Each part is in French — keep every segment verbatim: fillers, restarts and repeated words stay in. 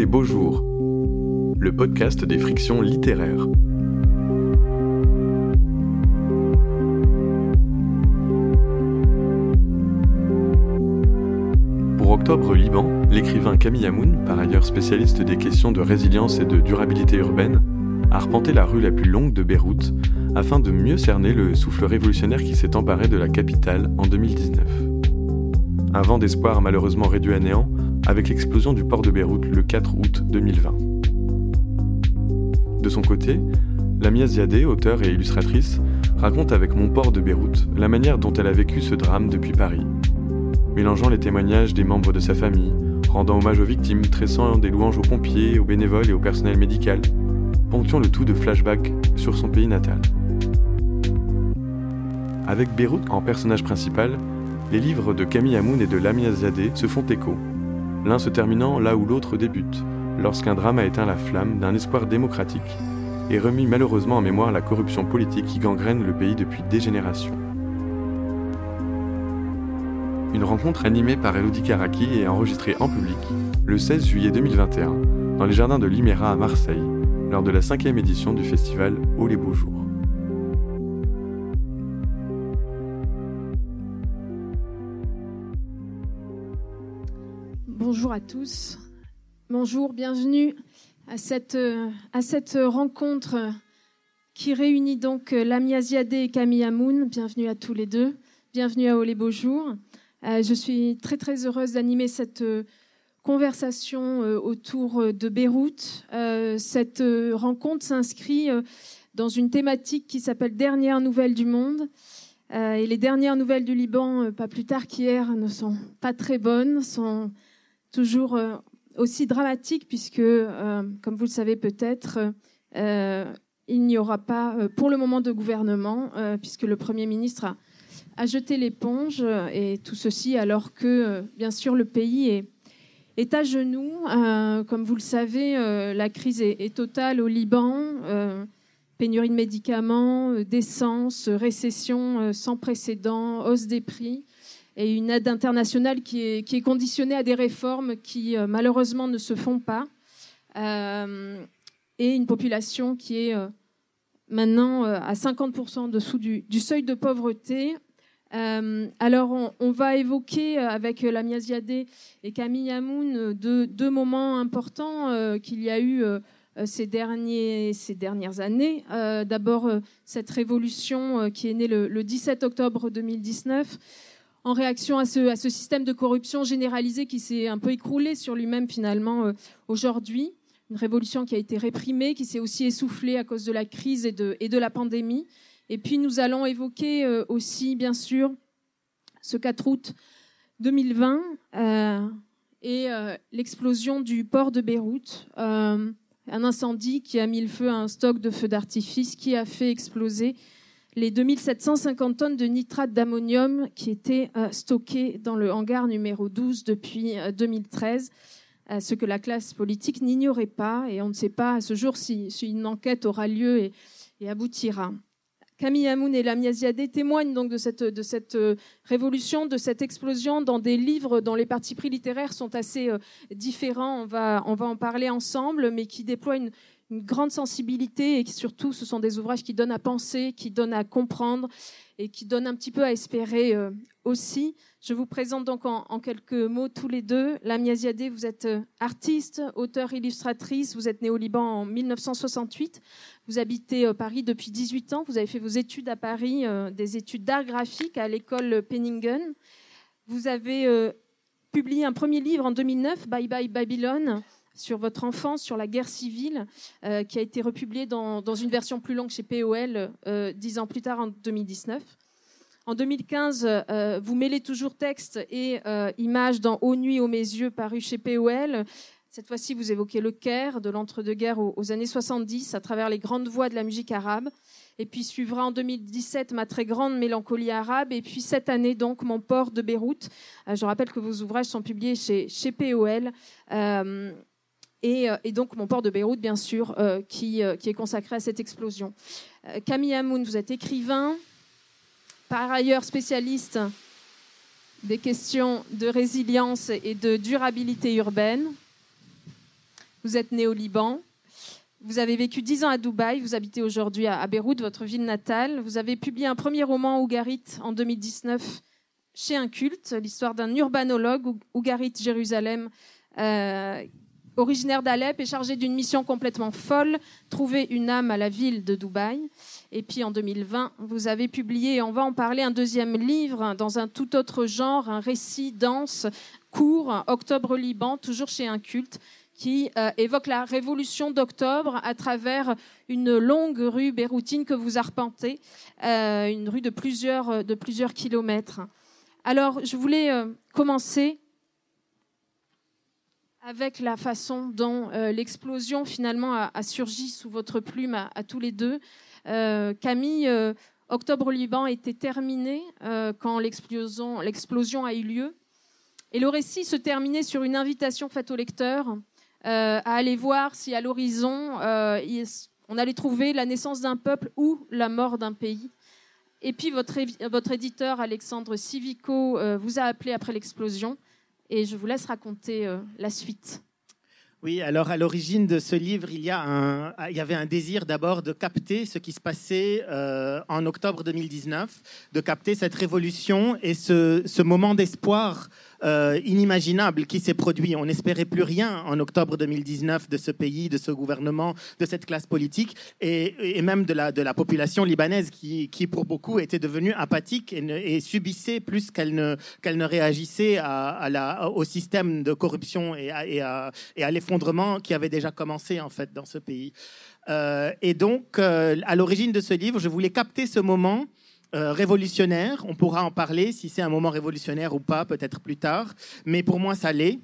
les beaux jours, le podcast des frictions littéraires. Pour Octobre Liban, l'écrivain Camille Amoun, par ailleurs spécialiste des questions de résilience et de durabilité urbaine, a arpenté la rue la plus longue de Beyrouth afin de mieux cerner le souffle révolutionnaire qui s'est emparé de la capitale en deux mille dix-neuf. Un vent d'espoir malheureusement réduit à néant avec l'explosion du port de Beyrouth le quatre août deux mille vingt. De son côté, Lamia Ziadé, auteure et illustratrice, raconte avec Mon port de Beyrouth la manière dont elle a vécu ce drame depuis Paris, mélangeant les témoignages des membres de sa famille, rendant hommage aux victimes, tressant des louanges aux pompiers, aux bénévoles et au personnel médical, ponctuant le tout de flashbacks sur son pays natal. Avec Beyrouth en personnage principal, les livres de Camille Amoun et de Lamia Ziadé se font écho, l'un se terminant là où l'autre débute, lorsqu'un drame a éteint la flamme d'un espoir démocratique et remis malheureusement en mémoire la corruption politique qui gangrène le pays depuis des générations. Une rencontre animée par Elodie Karaki et enregistrée en public le seize juillet deux mille vingt et un dans les jardins de l'Hymera à Marseille, lors de la cinquième édition du festival Oh les beaux jours. Bonjour à tous, bonjour, bienvenue à cette, à cette rencontre qui réunit donc Lamia Ziadé et Camille Amoun. Bienvenue à tous les deux, bienvenue à Oh les beaux jours. Euh, je suis très très heureuse d'animer cette conversation euh, autour de Beyrouth. Euh, cette euh, rencontre s'inscrit euh, dans une thématique qui s'appelle Dernières nouvelles du monde. Euh, et les dernières nouvelles du Liban, euh, pas plus tard qu'hier, ne sont pas très bonnes, sont toujours euh, aussi dramatiques puisque, euh, comme vous le savez peut-être, euh, il n'y aura pas euh, pour le moment de gouvernement euh, puisque le Premier ministre a, a jeté l'éponge et tout ceci alors que, euh, bien sûr, le pays est, est à genoux. Euh, comme vous le savez, euh, la crise est, est totale au Liban. Euh, pénurie de médicaments, euh, d'essence, récession euh, sans précédent, hausse des prix. Et une aide internationale qui est, qui est conditionnée à des réformes qui, euh, malheureusement, ne se font pas. Euh, et une population qui est euh, maintenant euh, à cinquante pour cent en dessous du, du seuil de pauvreté. Euh, alors, on, on va évoquer euh, avec Lamia Ziadé et Camille Amoun deux, deux moments importants euh, qu'il y a eu euh, ces, derniers, ces dernières années. Euh, d'abord, euh, cette révolution euh, qui est née le, le dix-sept octobre deux mille dix-neuf, en réaction à ce, à ce système de corruption généralisé qui s'est un peu écroulé sur lui-même finalement euh, aujourd'hui. Une révolution qui a été réprimée, qui s'est aussi essoufflée à cause de la crise et de, et de la pandémie. Et puis nous allons évoquer euh, aussi, bien sûr, ce quatre août deux mille vingt euh, et euh, l'explosion du port de Beyrouth. Euh, un incendie qui a mis le feu à un stock de feux d'artifice qui a fait exploser les deux mille sept cent cinquante tonnes de nitrate d'ammonium qui étaient euh, stockées dans le hangar numéro douze depuis euh, deux mille treize, euh, ce que la classe politique n'ignorait pas. Et on ne sait pas à ce jour si, si une enquête aura lieu et, et aboutira. Camille Amoun et Lamia Ziadé témoignent donc de cette, de cette euh, révolution, de cette explosion dans des livres dont les partis pris littéraires sont assez euh, différents. On va, on va en parler ensemble, mais qui déploient une une grande sensibilité et qui, surtout, ce sont des ouvrages qui donnent à penser, qui donnent à comprendre et qui donnent un petit peu à espérer euh, aussi. Je vous présente donc en, en quelques mots tous les deux. Lamia Ziadé, vous êtes euh, artiste, auteure, illustratrice. Vous êtes née au Liban en mille neuf cent soixante-huit. Vous habitez euh, Paris depuis dix-huit ans. Vous avez fait vos études à Paris, euh, des études d'art graphique à l'école Penningen. Vous avez euh, publié un premier livre en deux mille neuf, Bye Bye Babylone, sur votre enfance, sur la guerre civile, euh, qui a été republié dans, dans une version plus longue chez P O L euh, dix ans plus tard, en deux mille dix-neuf. En deux mille quinze, euh, vous mêlez toujours texte et euh, images dans Ô nuit, ô mes yeux, paru chez P O L. Cette fois-ci, vous évoquez le Caire, de l'entre-deux-guerres aux, aux années soixante-dix, à travers les grandes voix de la musique arabe. Et puis suivra en deux mille dix-sept ma très grande mélancolie arabe. Et puis cette année, donc, Mon port de Beyrouth. Euh, je rappelle que vos ouvrages sont publiés chez, chez P O L. Euh, Et, et donc, Mon port de Beyrouth, bien sûr, euh, qui, euh, qui est consacré à cette explosion. Euh, Camille Amoun, vous êtes écrivain, par ailleurs spécialiste des questions de résilience et de durabilité urbaine. Vous êtes né au Liban. Vous avez vécu dix ans à Dubaï. Vous habitez aujourd'hui à Beyrouth, votre ville natale. Vous avez publié un premier roman, Ougarit, en deux mille dix-neuf, chez Inculte, l'histoire d'un urbanologue, Ougarit Jérusalem, euh, originaire d'Alep et chargé d'une mission complètement folle, trouver une âme à la ville de Dubaï. Et puis en deux mille vingt, vous avez publié, et on va en parler, un deuxième livre dans un tout autre genre, un récit dense, court, Octobre Liban, toujours chez Inculte, qui euh, évoque la révolution d'octobre à travers une longue rue beyroutine que vous arpentez, euh, une rue de plusieurs, de plusieurs kilomètres. Alors, je voulais euh, commencer avec la façon dont euh, l'explosion finalement a, a surgi sous votre plume à, à tous les deux. Euh, Camille, euh, Octobre Liban était terminé euh, quand l'explosion, l'explosion a eu lieu. Et le récit se terminait sur une invitation faite au lecteur euh, à aller voir si à l'horizon, euh, on allait trouver la naissance d'un peuple ou la mort d'un pays. Et puis votre, votre éditeur, Alexandre Civico, euh, vous a appelé après l'explosion. Et je vous laisse raconter euh, la suite. Oui, alors à l'origine de ce livre, il y, a un, il y avait un désir d'abord de capter ce qui se passait euh, en octobre deux mille dix-neuf, de capter cette révolution et ce, ce moment d'espoir euh, inimaginable qui s'est produit. On n'espérait plus rien en octobre deux mille dix-neuf de ce pays, de ce gouvernement, de cette classe politique et, et même de la, de la population libanaise qui, qui, pour beaucoup, était devenue apathique et, ne, et subissait plus qu'elle ne, qu'elle ne réagissait à, à la, au système de corruption et à, et à, et à l'effondrement qui avait déjà commencé en fait dans ce pays. Euh, et donc, euh, à l'origine de ce livre, je voulais capter ce moment Euh, révolutionnaire. On pourra en parler si c'est un moment révolutionnaire ou pas, peut-être plus tard. Mais pour moi, ça l'est.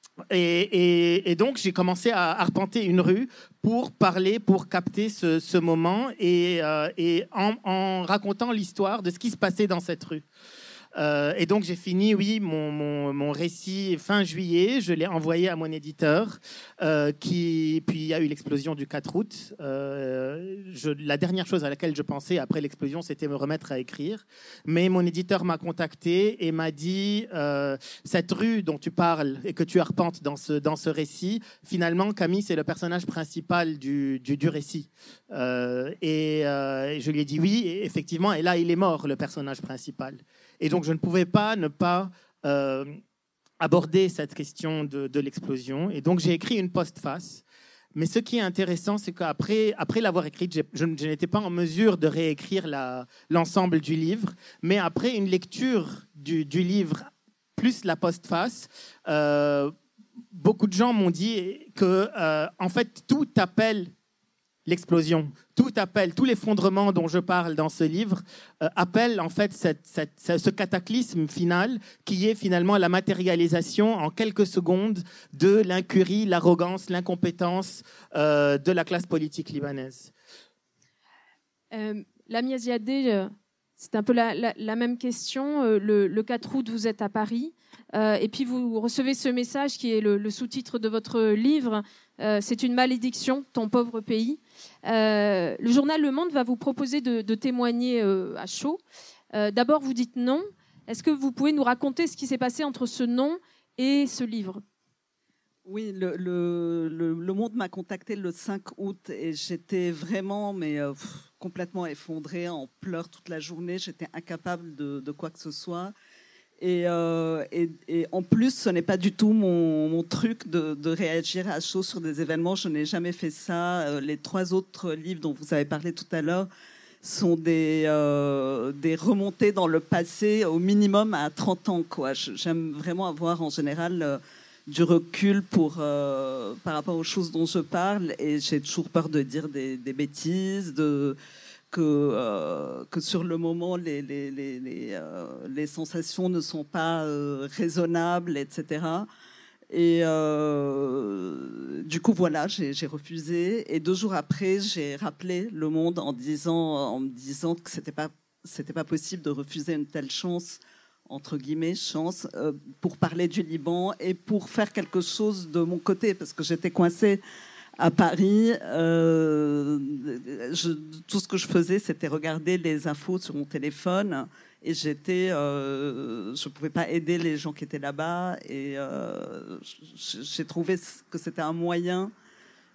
Et, et, et donc, j'ai commencé à arpenter une rue pour parler, pour capter ce, ce moment et, euh, et en, en racontant l'histoire de ce qui se passait dans cette rue. Euh, et donc j'ai fini, oui, mon, mon, mon récit fin juillet. Je l'ai envoyé à mon éditeur, euh, qui puis il y a eu l'explosion du quatre août. Euh, je, la dernière chose à laquelle je pensais après l'explosion, c'était me remettre à écrire. Mais mon éditeur m'a contacté et m'a dit euh, cette rue dont tu parles et que tu arpentes dans ce dans ce récit, finalement, Camille, c'est le personnage principal du du, du récit. Euh, et, euh, et je lui ai dit oui, et effectivement. Et là, il est mort, le personnage principal. Et donc, je ne pouvais pas ne pas euh, aborder cette question de, de l'explosion. Et donc, j'ai écrit une postface. Mais ce qui est intéressant, c'est qu'après après l'avoir écrite, je, je n'étais pas en mesure de réécrire la, l'ensemble du livre. Mais après une lecture du, du livre, plus la postface, euh, beaucoup de gens m'ont dit que, euh, en fait, tout appelle l'explosion. Tout appelle, tout l'effondrement dont je parle dans ce livre euh, appelle en fait cette, cette, ce cataclysme final qui est finalement la matérialisation en quelques secondes de l'incurie, l'arrogance, l'incompétence euh, de la classe politique libanaise. Euh, Lamia Ziadé, euh, c'est un peu la, la, la même question. Euh, le, le quatre août, vous êtes à Paris euh, et puis vous recevez ce message qui est le, le sous-titre de votre livre. Euh, c'est une malédiction, ton pauvre pays. Euh, le journal Le Monde va vous proposer de, de témoigner euh, à chaud. Euh, d'abord, vous dites non. Est-ce que vous pouvez nous raconter ce qui s'est passé entre ce non et ce livre ? Oui, le, le, le, le Monde m'a contacté le cinq août et j'étais vraiment mais, euh, pff, complètement effondrée, en pleurs toute la journée. J'étais incapable de, de quoi que ce soit. Et, euh, et, et en plus, ce n'est pas du tout mon, mon truc de, de réagir à chaud sur des événements. Je n'ai jamais fait ça. Les trois autres livres dont vous avez parlé tout à l'heure sont des, euh, des remontées dans le passé, au minimum à trente ans, quoi. J'aime vraiment avoir en général euh, du recul pour, euh, par rapport aux choses dont je parle. Et j'ai toujours peur de dire des, des bêtises, de... Que, euh, que sur le moment, les, les, les, les, euh, les sensations ne sont pas euh, raisonnables, et cetera. Et euh, du coup, voilà, j'ai, j'ai refusé. Et deux jours après, j'ai rappelé Le Monde en, disant, en me disant que c'était pas, c'était pas possible de refuser une telle chance, entre guillemets, chance, euh, pour parler du Liban et pour faire quelque chose de mon côté, parce que j'étais coincée à Paris. Euh, je, tout ce que je faisais, c'était regarder les infos sur mon téléphone et j'étais, euh, je ne pouvais pas aider les gens qui étaient là-bas et euh, j'ai trouvé que c'était un moyen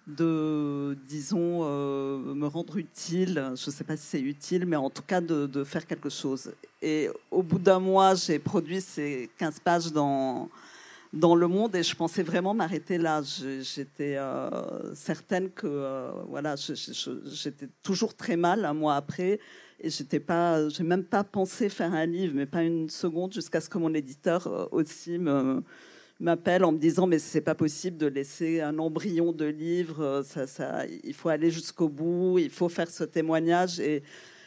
de, disons, euh, me rendre utile. Je ne sais pas si c'est utile, mais en tout cas de, de faire quelque chose. Et au bout d'un mois, j'ai produit ces quinze pages dans, dans Le Monde et je pensais vraiment m'arrêter là. J'étais euh, certaine que euh, voilà, je, je, j'étais toujours très mal un mois après et j'étais pas, j'ai même pas pensé faire un livre, mais pas une seconde, jusqu'à ce que mon éditeur aussi me m'appelle en me disant mais c'est pas possible de laisser un embryon de livre, ça, ça, il faut aller jusqu'au bout, il faut faire ce témoignage et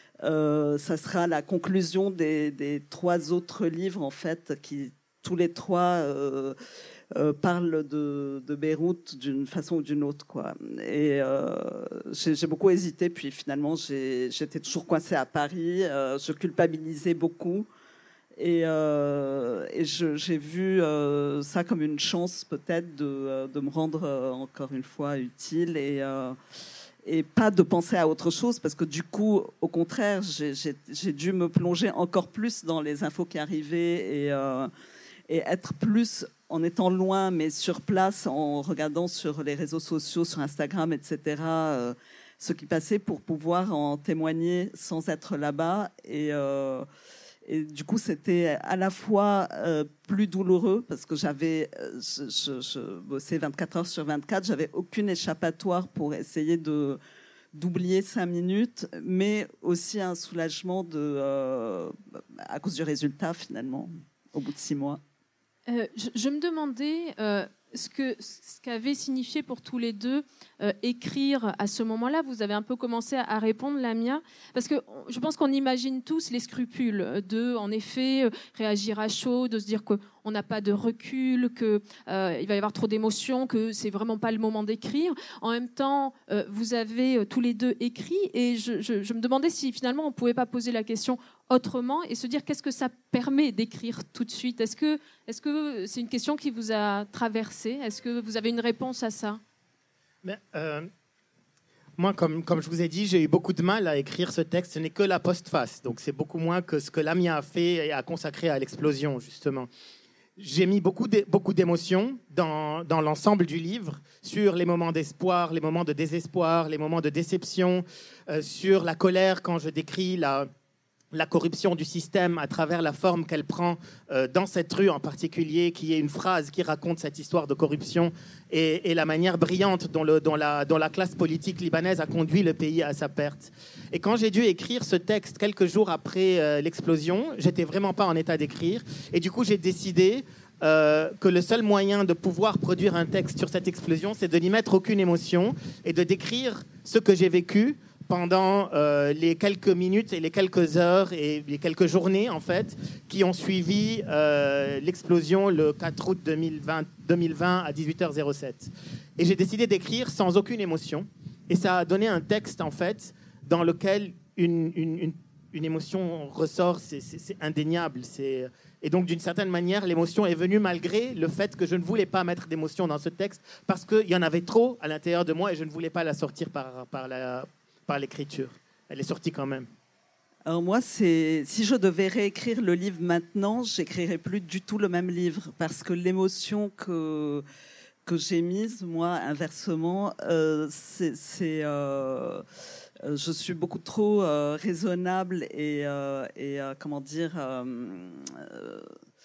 euh, ça sera la conclusion des, des trois autres livres en fait qui tous les trois euh, euh, parlent de, de Beyrouth d'une façon ou d'une autre quoi. Et euh, j'ai, j'ai beaucoup hésité puis finalement j'ai, j'étais toujours coincée à Paris, euh, je culpabilisais beaucoup. Et, euh, et je, j'ai vu euh, ça comme une chance peut-être de, de me rendre euh, encore une fois utile et, euh, et pas de penser à autre chose parce que du coup, au contraire, j'ai, j'ai, j'ai dû me plonger encore plus dans les infos qui arrivaient et, euh, et être plus en étant loin mais sur place, en regardant sur les réseaux sociaux, sur Instagram, et cetera, euh, ce qui passait pour pouvoir en témoigner sans être là-bas. Et... Euh, Et du coup, c'était à la fois euh, plus douloureux parce que j'avais, je, je, je bossais vingt-quatre heures sur vingt-quatre, j'avais aucune échappatoire pour essayer de d'oublier cinq minutes, mais aussi un soulagement de, euh, à cause du résultat finalement, au bout de six mois. Euh, je, je me demandais euh, ce que ce qu'avait signifié pour tous les deux euh, écrire à ce moment-là. Vous avez un peu commencé à, à répondre, Lamia, parce que je pense qu'on imagine tous les scrupules de, en effet, euh, réagir à chaud, de se dire qu'on n'a pas de recul, qu'il euh, va y avoir trop d'émotions, que c'est vraiment pas le moment d'écrire. En même temps, euh, vous avez euh, tous les deux écrit, et je, je, je me demandais si finalement on pouvait pas poser la question autrement et se dire qu'est-ce que ça permet d'écrire tout de suite. Est-ce que, est-ce que c'est une question qui vous a traversé ? Est-ce que vous avez une réponse à ça ? Mais, euh, moi, comme, comme je vous ai dit, j'ai eu beaucoup de mal à écrire ce texte. Ce n'est que la postface, donc c'est beaucoup moins que ce que Lamia a fait et a consacré à l'explosion, justement. J'ai mis beaucoup, de, beaucoup d'émotions dans, dans l'ensemble du livre, sur les moments d'espoir, les moments de désespoir, les moments de déception, euh, sur la colère quand je décris la... la corruption du système à travers la forme qu'elle prend euh, dans cette rue en particulier, qui est une phrase qui raconte cette histoire de corruption et, et la manière brillante dont, le, dont, la, dont la classe politique libanaise a conduit le pays à sa perte. Et quand j'ai dû écrire ce texte quelques jours après euh, l'explosion, j'étais vraiment pas en état d'écrire. Et du coup, j'ai décidé euh, que le seul moyen de pouvoir produire un texte sur cette explosion, c'est de n'y mettre aucune émotion et de décrire ce que j'ai vécu pendant euh, les quelques minutes et les quelques heures et les quelques journées, en fait, qui ont suivi euh, l'explosion le quatre août deux mille vingt à dix-huit heures sept. Et j'ai décidé d'écrire sans aucune émotion. Et ça a donné un texte, en fait, dans lequel une, une, une, une émotion ressort, c'est, c'est, c'est indéniable. C'est... Et donc, d'une certaine manière, l'émotion est venue malgré le fait que je ne voulais pas mettre d'émotion dans ce texte parce qu'il y en avait trop à l'intérieur de moi et je ne voulais pas la sortir par, par la... par l'écriture. Elle est sortie quand même. Alors moi, c'est... si je devais réécrire le livre maintenant, j'écrirais plus du tout le même livre parce que l'émotion que, que j'ai mise, moi, inversement, euh, c'est... c'est euh, je suis beaucoup trop euh, raisonnable et, euh, et euh, comment dire... Euh, euh,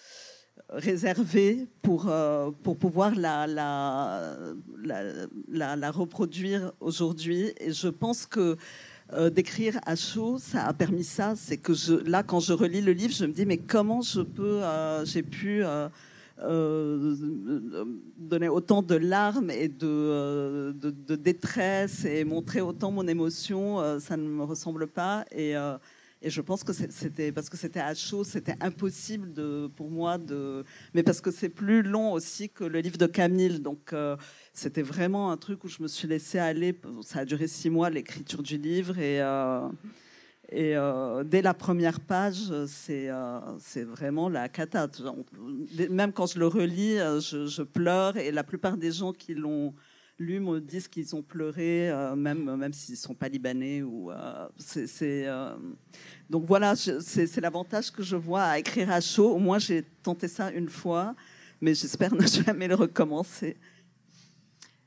réservée pour, euh, pour pouvoir la, la, la, la, la reproduire aujourd'hui. Et je pense que euh, d'écrire à chaud, ça a permis ça. C'est que je, là, quand je relis le livre, je me dis, mais comment je peux, euh, j'ai pu euh, euh, donner autant de larmes et de, euh, de, de détresse et montrer autant mon émotion, euh, ça ne me ressemble pas. Et euh, Et je pense que c'était parce que c'était à chaud, c'était impossible de, pour moi de. Mais parce que c'est plus long aussi que le livre de Camille, donc euh, c'était vraiment un truc où je me suis laissée aller. Ça a duré six mois l'écriture du livre et euh, et euh, dès la première page, c'est euh, c'est vraiment la cata. Même quand je le relis, je, je pleure et la plupart des gens qui l'ont lu me disent qu'ils ont pleuré, euh, même, même s'ils ne sont pas libanais. Ou, euh, c'est, c'est, euh... Donc voilà, je, c'est, c'est l'avantage que je vois à écrire à chaud. Au moins, j'ai tenté ça une fois, mais j'espère ne jamais le recommencer.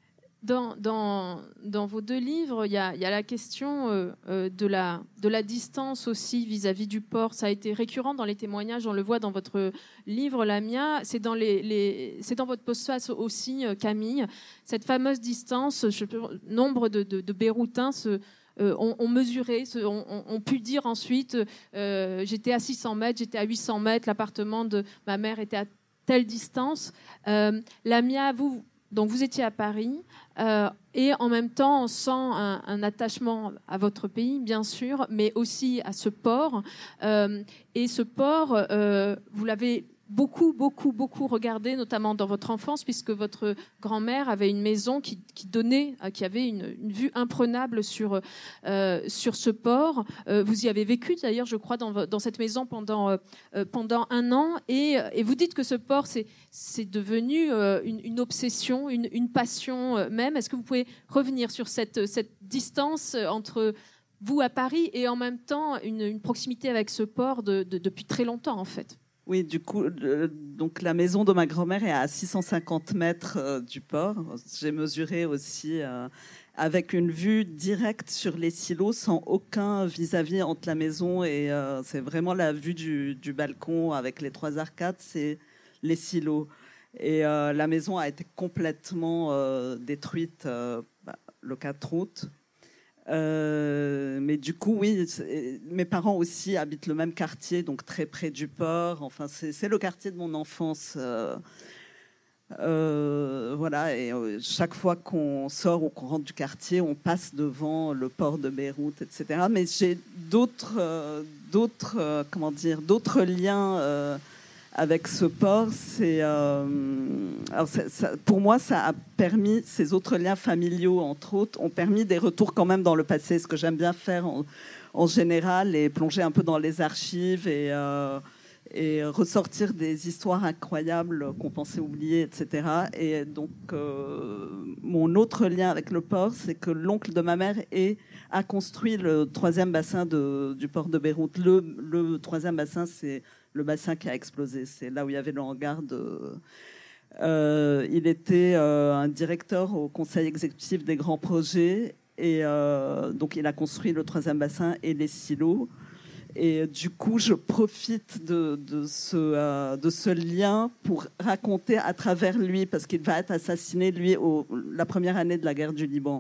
Dans, dans, dans vos deux livres, il y a, il y a la question euh, euh, de, la, de la distance aussi vis-à-vis du port. Ça a été récurrent dans les témoignages, on le voit dans votre livre, Lamia. C'est dans, les, les, c'est dans votre postface aussi, euh, Camille. Cette fameuse distance, je peux, nombre de, de, de Beyrouthins se, euh, ont, ont mesuré, se, ont, ont pu dire ensuite euh, j'étais à six cents mètres, j'étais à huit cents mètres, l'appartement de ma mère était à telle distance. Euh, Lamia, vous... Donc vous étiez à Paris euh, et en même temps on sent un, un attachement à votre pays bien sûr, mais aussi à ce port. Euh, et ce port, euh, vous l'avez beaucoup, beaucoup, beaucoup regardé, notamment dans votre enfance, puisque votre grand-mère avait une maison qui, qui donnait, qui avait une, une vue imprenable sur, euh, sur ce port. Euh, vous y avez vécu d'ailleurs, je crois, dans, dans cette maison pendant, euh, pendant un an. Et, et vous dites que ce port, c'est, c'est devenu euh, une, une obsession, une, une passion euh, même. Est-ce que vous pouvez revenir sur cette, cette distance entre vous à Paris et en même temps une, une proximité avec ce port de, de, depuis très longtemps, en fait? Oui, du coup, euh, donc la maison de ma grand-mère est à six cent cinquante mètres euh, du port. J'ai mesuré aussi euh, avec une vue directe sur les silos, sans aucun vis-à-vis entre la maison et euh, c'est vraiment la vue du, du balcon avec les trois arcades, c'est les silos. Et euh, la maison a été complètement euh, détruite euh, bah, le quatre août. Euh, mais du coup, oui, mes parents aussi habitent le même quartier, donc très près du port. Enfin, c'est, c'est le quartier de mon enfance. Euh, euh, voilà, et euh, chaque fois qu'on sort ou qu'on rentre du quartier, on passe devant le port de Beyrouth, et cetera. Mais j'ai d'autres, euh, d'autres, euh, comment dire, d'autres liens. Euh, Avec ce port, c'est, euh, alors ça, ça, pour moi, ça a permis, ces autres liens familiaux, entre autres, ont permis des retours quand même dans le passé, ce que j'aime bien faire en, en général, et plonger un peu dans les archives et, euh, et ressortir des histoires incroyables qu'on pensait oublier, et cetera. Et donc, euh, mon autre lien avec le port, c'est que l'oncle de ma mère est, a construit le troisième bassin de, du port de Beyrouth. Le, le troisième bassin, c'est le bassin qui a explosé. C'est là où il y avait le hangar de... Euh, il était euh, un directeur au conseil exécutif des grands projets et euh, donc il a construit le troisième bassin et les silos. Et du coup, je profite de, de, ce, euh, de ce lien pour raconter à travers lui, parce qu'il va être assassiné, lui, au, la première année de la guerre du Liban.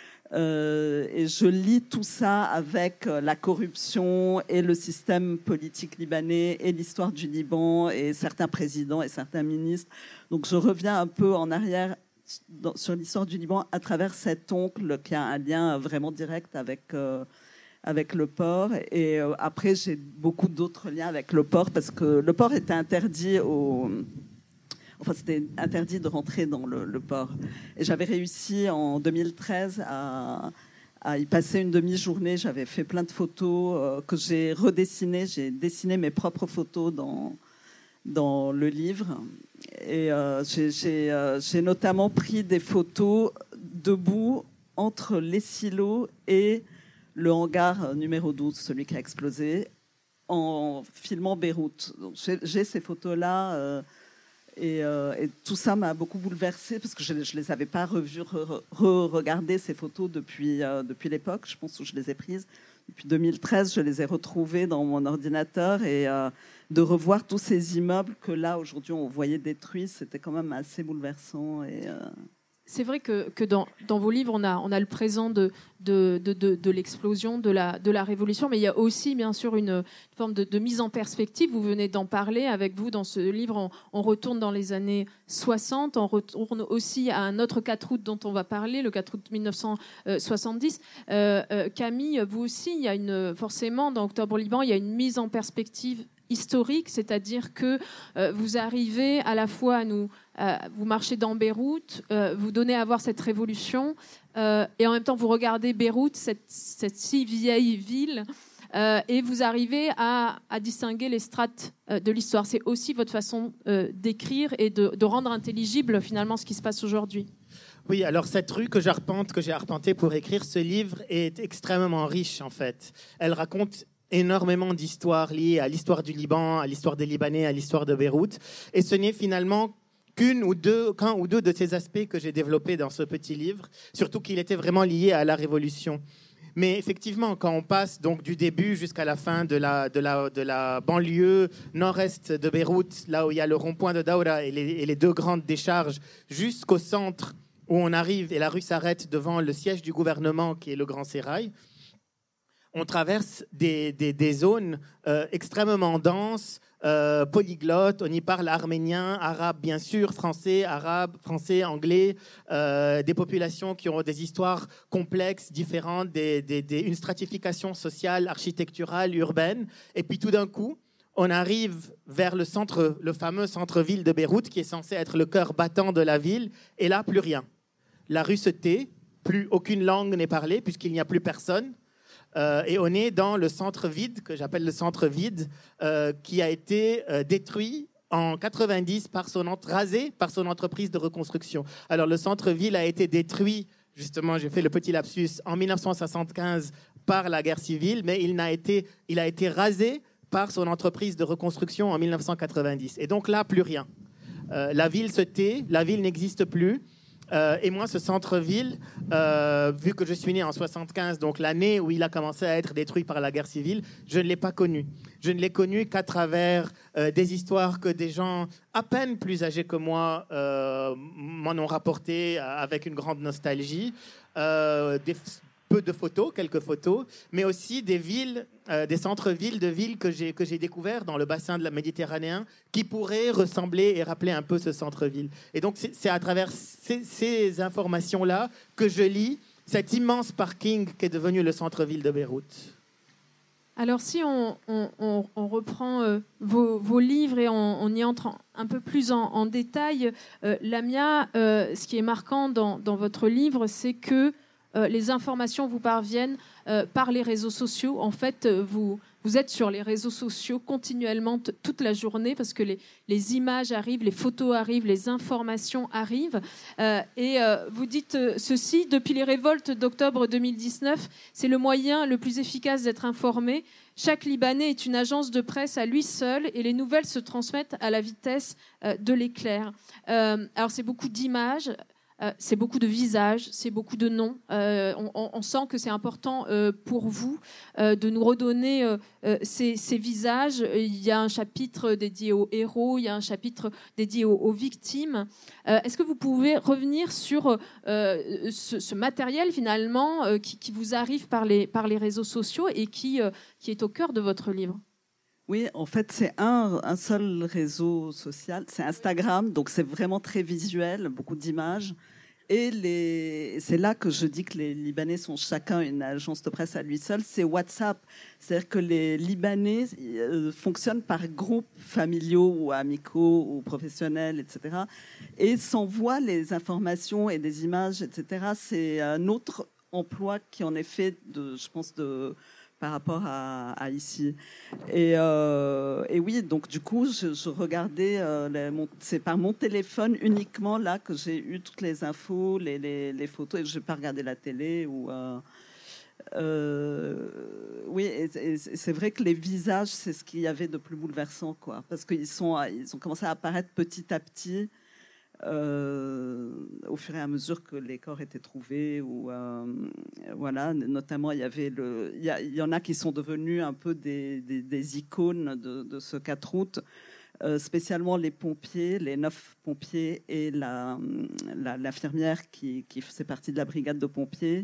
Euh, et je lis tout ça avec la corruption et le système politique libanais et l'histoire du Liban et certains présidents et certains ministres. Donc je reviens un peu en arrière dans, sur l'histoire du Liban à travers cet oncle qui a un lien vraiment direct avec, euh, avec le port. Et euh, après, j'ai beaucoup d'autres liens avec le port parce que le port était interdit au... Enfin, c'était interdit de rentrer dans le, le port. Et j'avais réussi en deux mille treize à, à y passer une demi-journée. J'avais fait plein de photos euh, que j'ai redessinées. J'ai dessiné mes propres photos dans, dans le livre. Et euh, j'ai, j'ai, euh, j'ai notamment pris des photos debout entre les silos et le hangar numéro douze, celui qui a explosé, en filmant Beyrouth. Donc, j'ai, j'ai ces photos-là... Euh, Et, euh, et tout ça m'a beaucoup bouleversée parce que je ne les avais pas revues, re-regardées ces photos depuis, euh, depuis l'époque, je pense, où je les ai prises. Depuis deux mille treize, je les ai retrouvées dans mon ordinateur et euh, de revoir tous ces immeubles que là, aujourd'hui, on voyait détruits, c'était quand même assez bouleversant. Et, euh... C'est vrai que, que dans, dans vos livres, on a, on a le présent de, de, de, de, de l'explosion, de la, de la révolution, mais il y a aussi, bien sûr, une, une forme de, de mise en perspective. Vous venez d'en parler avec vous dans ce livre. On, on retourne dans les années soixante, on retourne aussi à un autre quatre août dont on va parler, le quatre août mille neuf cent soixante-dix. Euh, euh, Camille, vous aussi, il y a une, forcément, dans Octobre au Liban, il y a une mise en perspective historique, c'est-à-dire que euh, vous arrivez à la fois à nous, euh, vous marchez dans Beyrouth, euh, vous donnez à voir cette révolution, euh, et en même temps vous regardez Beyrouth, cette, cette si vieille ville, euh, et vous arrivez à, à distinguer les strates euh, de l'histoire. C'est aussi votre façon euh, d'écrire et de, de rendre intelligible finalement ce qui se passe aujourd'hui. Oui, alors cette rue que j'arpente, que j'ai arpentée pour écrire ce livre est extrêmement riche en fait. Elle raconte énormément d'histoires liées à l'histoire du Liban, à l'histoire des Libanais, à l'histoire de Beyrouth. Et ce n'est finalement qu'une ou deux, qu'un ou deux de ces aspects que j'ai développés dans ce petit livre, surtout qu'il était vraiment lié à la Révolution. Mais effectivement, quand on passe donc du début jusqu'à la fin de la, de la, de la banlieue nord-est de Beyrouth, là où il y a le rond-point de Daoura et les, et les deux grandes décharges, jusqu'au centre où on arrive et la rue s'arrête devant le siège du gouvernement qui est le Grand Sérail, on traverse des, des, des zones euh, extrêmement denses, Euh, polyglotte, on y parle arménien, arabe bien sûr, français, arabe, français, anglais, euh, des populations qui ont des histoires complexes, différentes, des, des, des, une stratification sociale, architecturale, urbaine. Et puis tout d'un coup, on arrive vers le centre, le fameux centre-ville de Beyrouth, qui est censé être le cœur battant de la ville, et là, plus rien. La rue se tait, plus aucune langue n'est parlée, puisqu'il n'y a plus personne. Euh, et on est dans le centre vide, que j'appelle le centre vide, euh, qui a été euh, détruit en quatre-vingt-dix, par son, rasé par son entreprise de reconstruction. Alors le centre-ville a été détruit, justement, j'ai fait le petit lapsus, en mille neuf cent soixante-quinze par la guerre civile, mais il, n'a été, il a été rasé par son entreprise de reconstruction en mille neuf cent quatre-vingt-dix. Et donc là, plus rien. Euh, la ville se tait, la ville n'existe plus. Euh, et moi, ce centre-ville, euh, vu que je suis né en soixante-quinze, donc l'année où il a commencé à être détruit par la guerre civile, je ne l'ai pas connu. Je ne l'ai connu qu'à travers euh, des histoires que des gens à peine plus âgés que moi euh, m'en ont rapporté avec une grande nostalgie. Euh, des peu de photos, quelques photos, mais aussi des villes, euh, des centres-villes de villes que j'ai, que j'ai découverts dans le bassin de la Méditerranée qui pourraient ressembler et rappeler un peu ce centre-ville. Et donc, c'est, c'est à travers ces, ces informations-là que je lis cet immense parking qui est devenu le centre-ville de Beyrouth. Alors, si on, on, on, on reprend euh, vos, vos livres et on, on y entre en, un peu plus en, en détail, euh, Lamia, euh, ce qui est marquant dans, dans votre livre, c'est que Euh, les informations vous parviennent euh, par les réseaux sociaux. En fait, euh, vous, vous êtes sur les réseaux sociaux continuellement t- toute la journée parce que les, les images arrivent, les photos arrivent, les informations arrivent. Euh, et euh, vous dites euh, ceci, depuis les révoltes d'octobre deux mille dix-neuf, c'est le moyen le plus efficace d'être informé. Chaque Libanais est une agence de presse à lui seul et les nouvelles se transmettent à la vitesse euh, de l'éclair. Euh, alors, c'est beaucoup d'images. Euh, c'est beaucoup de visages, c'est beaucoup de noms. Euh, on, on sent que c'est important euh, pour vous euh, de nous redonner euh, euh, ces, ces visages. Il y a un chapitre dédié aux héros, il y a un chapitre dédié aux, aux victimes. Euh, est-ce que vous pouvez revenir sur euh, ce, ce matériel finalement euh, qui, qui vous arrive par les, par les réseaux sociaux et qui, euh, qui est au cœur de votre livre ? Oui, en fait, c'est un, un seul réseau social, c'est Instagram, donc c'est vraiment très visuel, beaucoup d'images. Et les, c'est là que je dis que les Libanais sont chacun une agence de presse à lui seul, c'est WhatsApp. C'est-à-dire que les Libanais euh, fonctionnent par groupes familiaux ou amicaux ou professionnels, et cetera. Et s'envoient les informations et des images, et cetera. C'est un autre emploi qui en est fait, de, je pense, de... par rapport à, à ici. Et, euh, et oui, donc du coup, je, je regardais, euh, les, mon, c'est par mon téléphone uniquement là que j'ai eu toutes les infos, les, les, les photos, et je n'ai pas regardé la télé. Ou, euh, euh, oui, et, et c'est vrai que les visages, c'est ce qu'il y avait de plus bouleversant, quoi, parce qu'ils sont, ils ont commencé à apparaître petit à petit. Euh, au fur et à mesure que les corps étaient trouvés, ou euh, voilà, notamment il y avait le, il y, a, il y en a qui sont devenus un peu des, des, des icônes de, de ce quatre août, euh, spécialement les pompiers, les neuf pompiers et la, la, l'infirmière qui, qui faisait partie de la brigade de pompiers.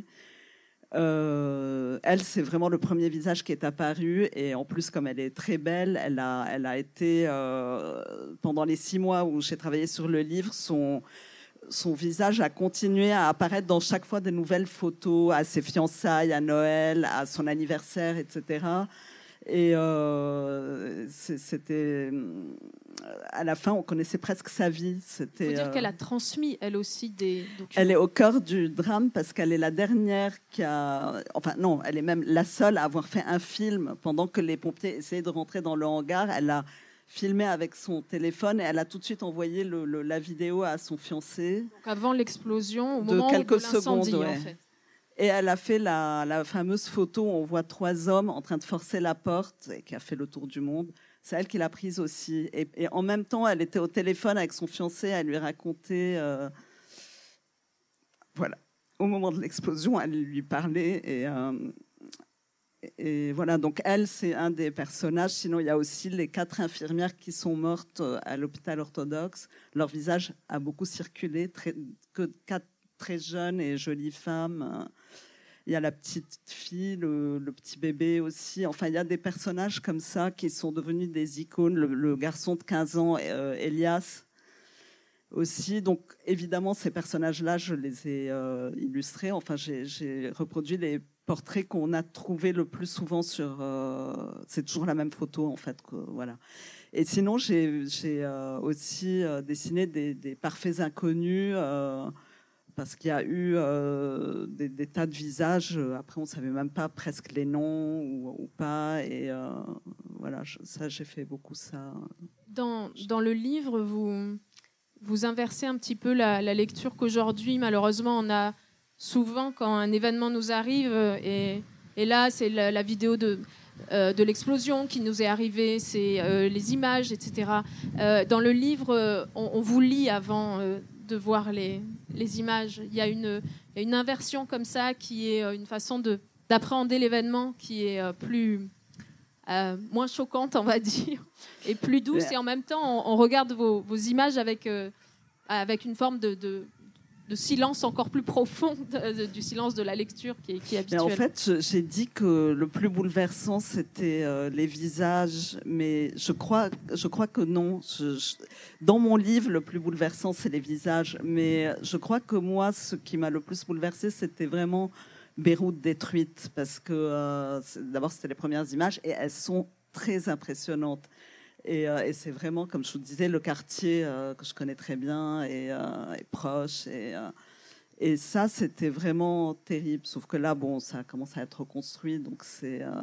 Euh, elle, c'est vraiment le premier visage qui est apparu, et en plus, comme elle est très belle, elle a, elle a été euh, pendant les six mois où j'ai travaillé sur le livre, son, son visage a continué à apparaître dans chaque fois des nouvelles photos, à ses fiançailles, à Noël, à son anniversaire, et cetera. Et euh, c'était à la fin, on connaissait presque sa vie. C'était. Il faut dire euh... qu'elle a transmis elle aussi des documents. Elle est au cœur du drame parce qu'elle est la dernière qui a, enfin non, elle est même la seule à avoir fait un film pendant que les pompiers essayaient de rentrer dans le hangar. Elle a filmé avec son téléphone et elle a tout de suite envoyé le, le, la vidéo à son fiancé. Donc avant l'explosion, au moment de, de l'incendie, secondes, ouais. en fait. Et elle a fait la, la fameuse photo où on voit trois hommes en train de forcer la porte et qui a fait le tour du monde. C'est elle qui l'a prise aussi. Et, et en même temps, elle était au téléphone avec son fiancé, elle lui racontait... Euh, voilà. Au moment de l'explosion, elle lui parlait. Et, euh, et voilà, donc elle, c'est un des personnages. Sinon, il y a aussi les quatre infirmières qui sont mortes à l'hôpital orthodoxe. Leur visage a beaucoup circulé, très, que quatre très jeunes et jolies femmes. Il y a la petite fille, le, le petit bébé aussi. Enfin, il y a des personnages comme ça qui sont devenus des icônes. Le, le garçon de quinze ans, euh, Elias, aussi. Donc, évidemment, ces personnages-là, je les ai euh, illustrés. Enfin, j'ai, j'ai reproduit les portraits qu'on a trouvés le plus souvent sur... Euh, c'est toujours la même photo, en fait. Que, voilà. Et sinon, j'ai, j'ai euh, aussi euh, dessiné des, des parfaits inconnus... Euh, parce qu'il y a eu euh, des, des tas de visages. Après, on ne savait même pas presque les noms ou, ou pas. Et euh, voilà, je, ça, j'ai fait beaucoup ça. Dans, dans le livre, vous, vous inversez un petit peu la, la lecture qu'aujourd'hui, malheureusement, on a souvent quand un événement nous arrive. Et, et là, c'est la, la vidéo de, euh, de l'explosion qui nous est arrivée, c'est euh, les images, et cetera. Euh, dans le livre, on, on vous lit avant... Euh, de voir les, les images. Il y a une, il y a une inversion comme ça qui est une façon de, d'appréhender l'événement qui est plus, euh, moins choquante, on va dire, et plus douce. Et en même temps, on, on regarde vos, vos images avec, euh, avec une forme de, de, de silence encore plus profond, de, de, du silence de la lecture qui est, qui est habituel. Mais en fait, je, j'ai dit que le plus bouleversant, c'était euh, les visages, mais je crois, je crois que non. Je, je, dans mon livre, le plus bouleversant, c'est les visages, mais je crois que moi, ce qui m'a le plus bouleversé, c'était vraiment Beyrouth détruite, parce que euh, d'abord, c'était les premières images, et elles sont très impressionnantes. Et, euh, et c'est vraiment, comme je vous disais, le quartier euh, que je connais très bien et, euh, et proche. Et, euh, et ça, c'était vraiment terrible. Sauf que là, bon, ça commence à être reconstruit. Donc, c'est, euh,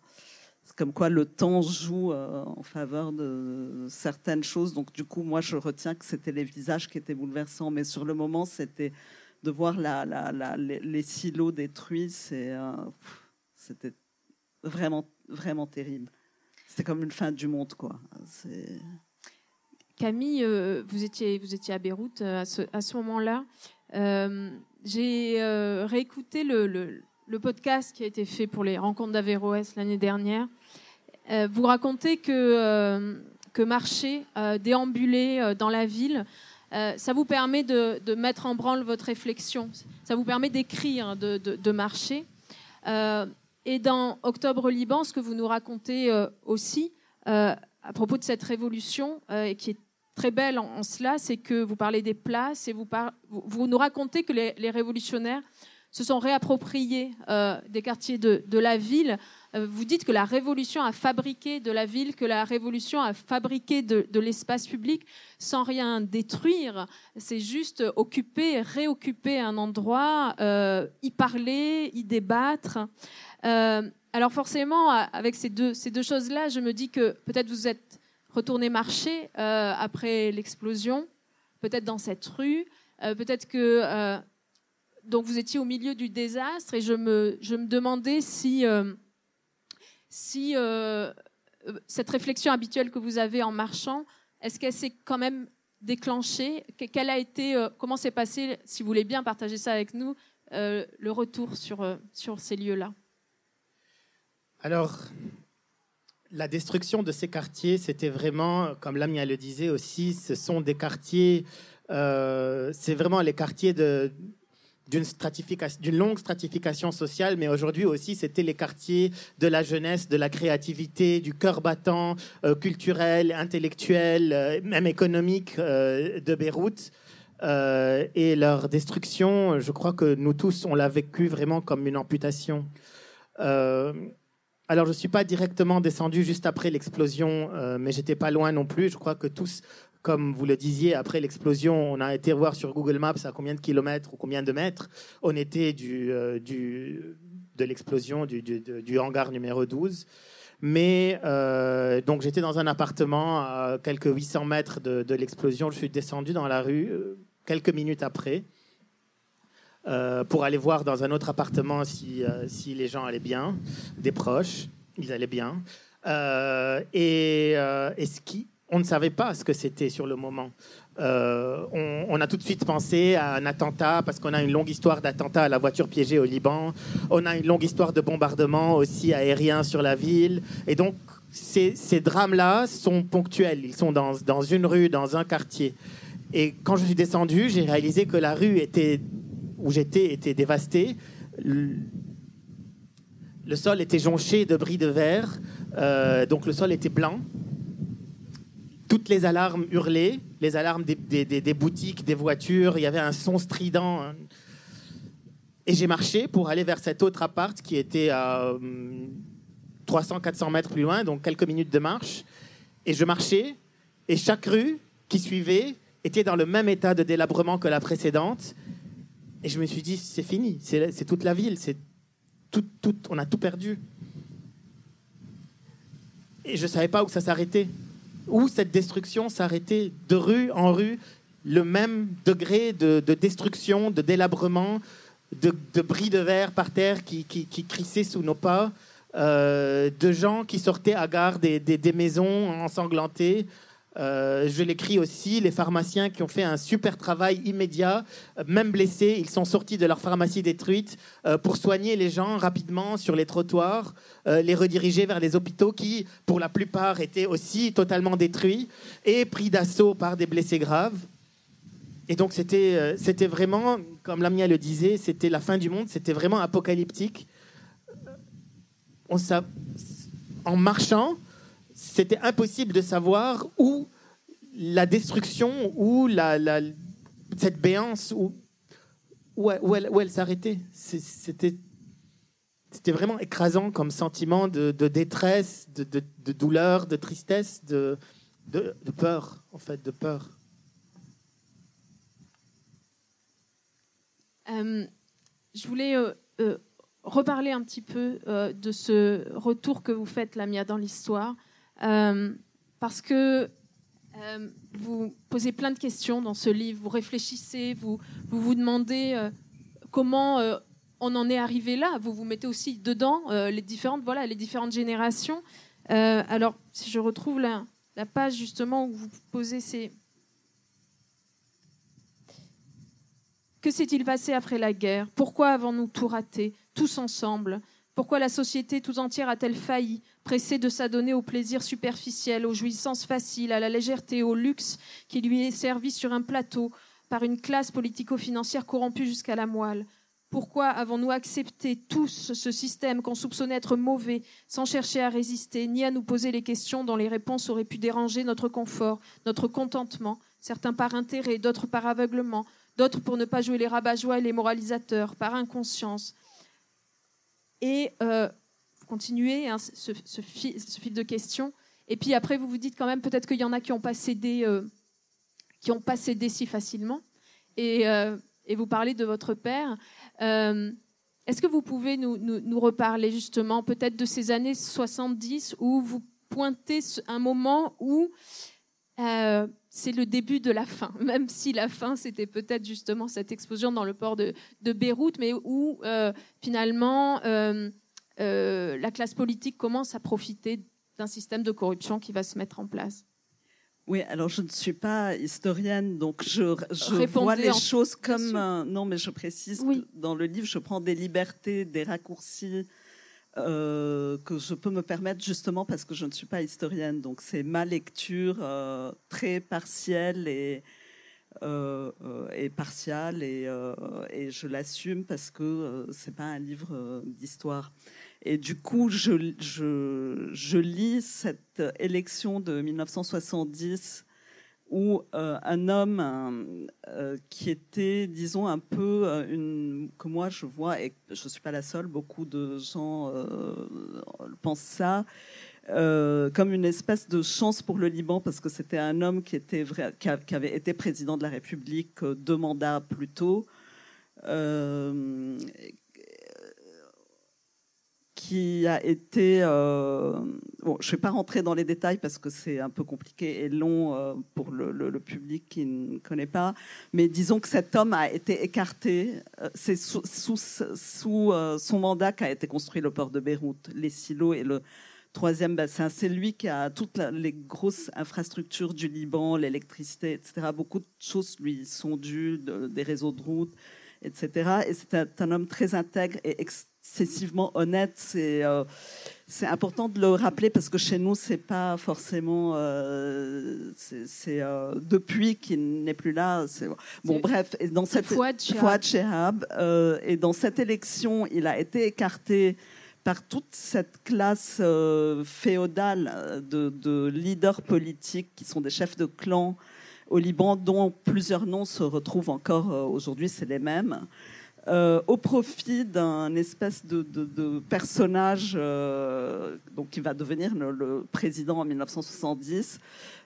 c'est comme quoi le temps joue euh, en faveur de certaines choses. Donc, du coup, moi, je retiens que c'était les visages qui étaient bouleversants. Mais sur le moment, c'était de voir la, la, la, les, les silos détruits. C'est, euh, c'était vraiment, vraiment terrible. C'était comme une fin du monde, quoi. C'est... Camille, euh, vous, étiez, vous étiez à Beyrouth euh, à ce, à ce moment-là. Euh, j'ai euh, réécouté le, le, le podcast qui a été fait pour les rencontres d'Averroès l'année dernière. Euh, vous racontez que, euh, que marcher, euh, déambuler euh, dans la ville, euh, ça vous permet de, de mettre en branle votre réflexion. Ça vous permet d'écrire, de, de, de marcher. Euh, Et dans Octobre Liban, ce que vous nous racontez euh, aussi euh, à propos de cette révolution, euh, et qui est très belle en, en cela, c'est que vous parlez des places et vous, par... vous, vous nous racontez que les, les révolutionnaires se sont réappropriés euh, des quartiers de, de la ville. Euh, vous dites que la révolution a fabriqué de la ville, que la révolution a fabriqué de, de l'espace public sans rien détruire. C'est juste occuper, réoccuper un endroit, euh, y parler, y débattre. Euh, alors forcément, avec ces deux, ces deux choses-là, je me dis que peut-être vous êtes retourné marcher euh, après l'explosion, peut-être dans cette rue, euh, peut-être que euh, donc vous étiez au milieu du désastre, et je me, je me demandais si, euh, si euh, cette réflexion habituelle que vous avez en marchant, est-ce qu'elle s'est quand même déclenchée ? Quelle a été, euh, comment s'est passé, si vous voulez bien partager ça avec nous, euh, le retour sur, euh, sur ces lieux-là ? Alors, la destruction de ces quartiers, c'était vraiment, comme Lamia le disait aussi, ce sont des quartiers, euh, c'est vraiment les quartiers de, d'une, stratification, d'une longue stratification sociale, mais aujourd'hui aussi, c'était les quartiers de la jeunesse, de la créativité, du cœur battant, euh, culturel, intellectuel, euh, même économique euh, de Beyrouth. Euh, et leur destruction, je crois que nous tous, on l'a vécu vraiment comme une amputation. Euh, Alors, je ne suis pas directement descendu juste après l'explosion, euh, mais j'étais pas loin non plus. Je crois que tous, comme vous le disiez, après l'explosion, on a été voir sur Google Maps à combien de kilomètres ou combien de mètres on était du, euh, du, de l'explosion du, du, du hangar numéro douze. Mais euh, donc, j'étais dans un appartement à quelques huit cents mètres de, de l'explosion. Je suis descendu dans la rue euh, quelques minutes après. euh, pour aller voir dans un autre appartement si, euh, si les gens allaient bien, des proches, ils allaient bien. Euh, et, euh, et ce qui, on ne savait pas ce que c'était sur le moment. Euh, on, on a tout de suite pensé à un attentat parce qu'on a une longue histoire d'attentats à la voiture piégée au Liban. On a une longue histoire de bombardements aussi aériens sur la ville. Et donc, ces, ces drames-là sont ponctuels. Ils sont dans, dans une rue, dans un quartier. Et quand je suis descendu, j'ai réalisé que la rue était, où j'étais était dévastée. Le, le sol était jonché de bris de verre. Euh, donc, le sol était blanc. Toutes les alarmes hurlaient, les alarmes des, des, des, des boutiques, des voitures. Il y avait un son strident. Hein. Et j'ai marché pour aller vers cet autre appart qui était à euh, trois cents à quatre cents mètres plus loin, donc quelques minutes de marche. Et je marchais, et chaque rue qui suivait était dans le même état de délabrement que la précédente. Et je me suis dit, c'est fini, c'est, c'est toute la ville, c'est tout, tout, on a tout perdu. Et je ne savais pas où ça s'arrêtait. Où cette destruction s'arrêtait, de rue en rue, le même degré de, de destruction, de délabrement, de, de bris de verre par terre qui, qui, qui crissaient sous nos pas, euh, de gens qui sortaient à gare des, des, des maisons ensanglantées. Euh, je l'écris aussi, les pharmaciens qui ont fait un super travail immédiat, euh, même blessés, ils sont sortis de leur pharmacie détruite euh, pour soigner les gens rapidement sur les trottoirs, euh, les rediriger vers les hôpitaux qui, pour la plupart, étaient aussi totalement détruits et pris d'assaut par des blessés graves. Et donc c'était, euh, c'était vraiment, comme Lamia le disait, c'était la fin du monde, c'était vraiment apocalyptique. On s'a... En marchant, c'était impossible de savoir où la destruction, où la, la, cette béance, où, où, où, elle, où elle s'arrêtait. C'était, c'était vraiment écrasant comme sentiment de, de détresse, de, de, de douleur, de tristesse, de, de, de peur, en fait, de peur. Euh, je voulais euh, euh, reparler un petit peu euh, de ce retour que vous faites, Lamia, dans l'histoire. Euh, parce que euh, vous posez plein de questions dans ce livre, vous réfléchissez, vous vous, vous demandez euh, comment euh, on en est arrivé là. Vous vous mettez aussi dedans euh, les différentes, voilà, les différentes générations. Euh, alors, si je retrouve la, la page justement où vous posez ces... Que s'est-il passé après la guerre? Pourquoi avons-nous tout raté, tous ensemble? Pourquoi la société tout entière a-t-elle failli, pressée de s'adonner aux plaisirs superficiels, aux jouissances faciles, à la légèreté, au luxe qui lui est servi sur un plateau par une classe politico-financière corrompue jusqu'à la moelle? Pourquoi avons-nous accepté tous ce système qu'on soupçonnait être mauvais, sans chercher à résister, ni à nous poser les questions dont les réponses auraient pu déranger notre confort, notre contentement, certains par intérêt, d'autres par aveuglement, d'autres pour ne pas jouer les rabat-joie et les moralisateurs, par inconscience? Et euh, vous continuez hein, ce, ce, fil, ce fil de questions. Et puis après, vous vous dites quand même peut-être qu'il y en a qui n'ont pas cédé, euh, qui n'ont pas cédé si facilement. Et, euh, et vous parlez de votre père. Euh, est-ce que vous pouvez nous, nous, nous reparler justement peut-être de ces années soixante-dix où vous pointez un moment où euh, c'est le début de la fin, même si la fin, c'était peut-être justement cette explosion dans le port de, de Beyrouth, mais où euh, finalement euh, euh, la classe politique commence à profiter d'un système de corruption qui va se mettre en place. Oui, alors je ne suis pas historienne, donc je, je vois les en... choses comme... Un... Non, mais je précise oui. que dans le livre, je prends des libertés, des raccourcis Euh, que je peux me permettre justement parce que je ne suis pas historienne. Donc c'est ma lecture euh, très partielle et, euh, euh, et partiale et, euh, et je l'assume parce que euh, c'est pas un livre euh, d'histoire. Et du coup, je, je, je lis cette élection de mille neuf cent soixante-dix où euh, un homme euh, qui était, disons, un peu euh, une, que moi je vois, et je ne suis pas la seule, beaucoup de gens euh, pensent ça, euh, comme une espèce de chance pour le Liban, parce que c'était un homme qui, était vrai, qui, a, qui avait été président de la République deux mandats plus tôt, euh, qui a été... Euh, bon, je ne vais pas rentrer dans les détails parce que c'est un peu compliqué et long euh, pour le, le, le public qui ne connaît pas, mais disons que cet homme a été écarté. Euh, c'est sous, sous, sous euh, son mandat qu'a été construit le port de Beyrouth, les silos et le troisième bassin. C'est lui qui a toutes la, les grosses infrastructures du Liban, l'électricité, et cetera. Beaucoup de choses lui sont dues, de, des réseaux de routes, et cetera. Et c'est un, un homme très intègre et excessivement honnête. C'est, euh, c'est important de le rappeler parce que chez nous, c'est pas forcément... Euh, c'est, c'est euh, depuis qu'il n'est plus là. C'est, bon, c'est, bref. Et dans cette, Fouad Chehab. Fouad Chehab euh, et dans cette élection, il a été écarté par toute cette classe euh, féodale de, de leaders politiques qui sont des chefs de clan au Liban, dont plusieurs noms se retrouvent encore euh, aujourd'hui, c'est les mêmes, euh, au profit d'un espèce de, de, de personnage euh, donc, qui va devenir le, le président en dix-neuf cent soixante-dix,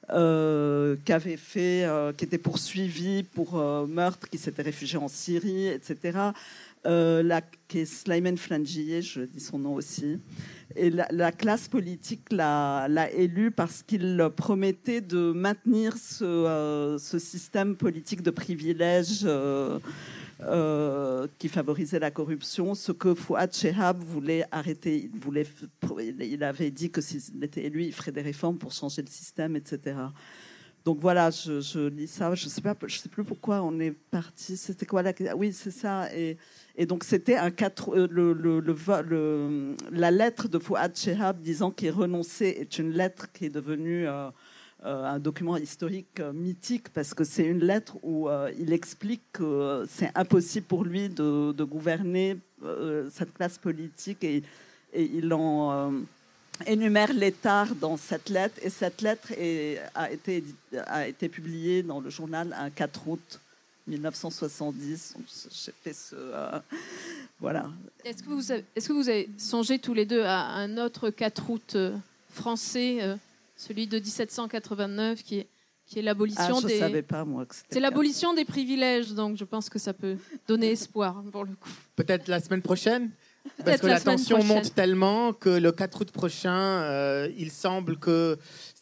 euh, qui avait fait, euh, qui était poursuivi pour euh, meurtre, qui s'était réfugié en Syrie, et cetera. Euh, la, qui est Slimane Flangier, je dis son nom aussi. Et la, la classe politique l'a, l'a élu parce qu'il promettait de maintenir ce, euh, ce système politique de privilèges euh, euh, qui favorisait la corruption, ce que Fouad Chehab voulait arrêter. Il, voulait, il avait dit que s'il était élu, il ferait des réformes pour changer le système, et cetera. Donc voilà, je, je lis ça. Je sais pas, je sais plus pourquoi on est parti. C'était quoi la... Oui, c'est ça. Et, et donc c'était un quatre, le, le, le, le, la lettre de Fouad Chehab disant qu'il renonçait est une lettre qui est devenue euh, euh, un document historique euh, mythique parce que c'est une lettre où euh, il explique que c'est impossible pour lui de, de gouverner euh, cette classe politique et, et il en euh, énumère les tares dans cette lettre et cette lettre est, a, été, a été publiée dans le journal un quatre août dix-neuf cent soixante-dix. Donc, j'ai fait ce... Euh, voilà. Est-ce que, vous avez, est-ce que vous avez songé tous les deux à un autre quatre août euh, français, euh, celui de dix-sept cent quatre-vingt-neuf, qui est, qui est l'abolition ah, je des... savais pas, moi, que c'était C'est l'abolition des privilèges, donc je pense que ça peut donner espoir, pour le coup. Peut-être la semaine prochaine ? Parce Peut-être que la la tension semaine prochaine. monte tellement que le quatre août prochain, euh, il semble que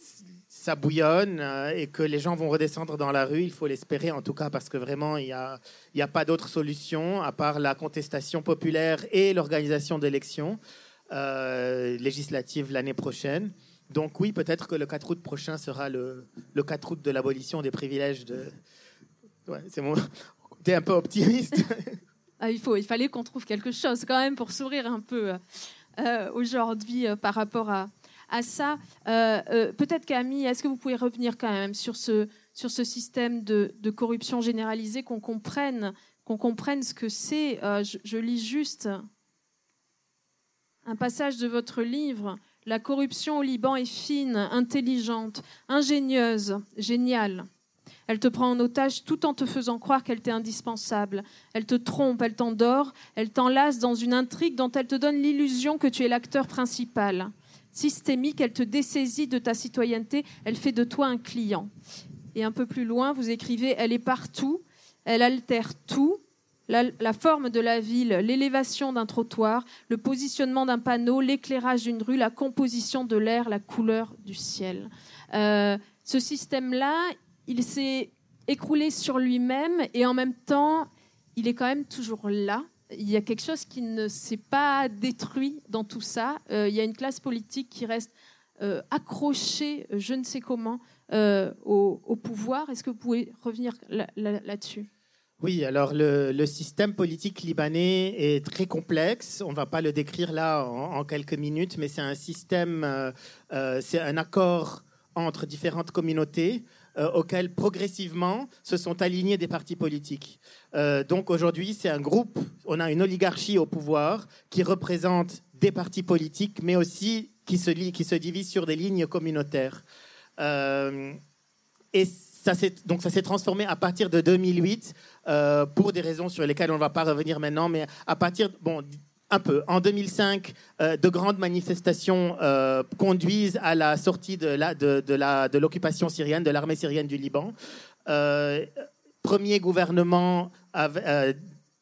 ça bouillonne euh, et que les gens vont redescendre dans la rue. Il faut l'espérer en tout cas parce que vraiment, il n'y a, il y a pas d'autre solution à part la contestation populaire et l'organisation d'élections euh, législatives l'année prochaine. Donc oui, peut-être que le quatre août prochain sera le, le quatre août de l'abolition des privilèges. De... Ouais, c'est mon côté un peu optimiste. Ah, il, faut, il fallait qu'on trouve quelque chose quand même pour sourire un peu euh, aujourd'hui euh, par rapport à, à ça. Euh, euh, peut-être Camille, est-ce que vous pouvez revenir quand même sur ce, sur ce système de, de corruption généralisée, qu'on comprenne, qu'on comprenne ce que c'est. Euh, je, je lis juste un passage de votre livre. La corruption au Liban est fine, intelligente, ingénieuse, géniale. Elle te prend en otage tout en te faisant croire qu'elle t'est indispensable. Elle te trompe, elle t'endort, elle t'enlace dans une intrigue dont elle te donne l'illusion que tu es l'acteur principal. Systémique, elle te dessaisit de ta citoyenneté, elle fait de toi un client. Et un peu plus loin, vous écrivez « Elle est partout, elle altère tout, la, la forme de la ville, l'élévation d'un trottoir, le positionnement d'un panneau, l'éclairage d'une rue, la composition de l'air, la couleur du ciel. Euh, » Ce système-là, il s'est écroulé sur lui-même et en même temps, il est quand même toujours là. Il y a quelque chose qui ne s'est pas détruit dans tout ça. Euh, il y a une classe politique qui reste euh, accrochée, je ne sais comment, euh, au, au pouvoir. Est-ce que vous pouvez revenir là, là, là-dessus ? Oui, alors le, le système politique libanais est très complexe. On ne va pas le décrire là en, en quelques minutes, mais c'est un système, euh, euh, c'est un accord entre différentes communautés euh, auxquelles progressivement se sont alignés des partis politiques. Euh, donc aujourd'hui, c'est un groupe, on a une oligarchie au pouvoir qui représente des partis politiques, mais aussi qui se, qui se divise sur des lignes communautaires. Euh, et ça s'est, donc ça s'est transformé à partir de deux mille huit euh, pour des raisons sur lesquelles on ne va pas revenir maintenant, mais à partir... Bon, un peu. En deux mille cinq, euh, de grandes manifestations euh, conduisent à la sortie de, la, de, de, la, de l'occupation syrienne, de l'armée syrienne du Liban. Euh, premier gouvernement av- euh,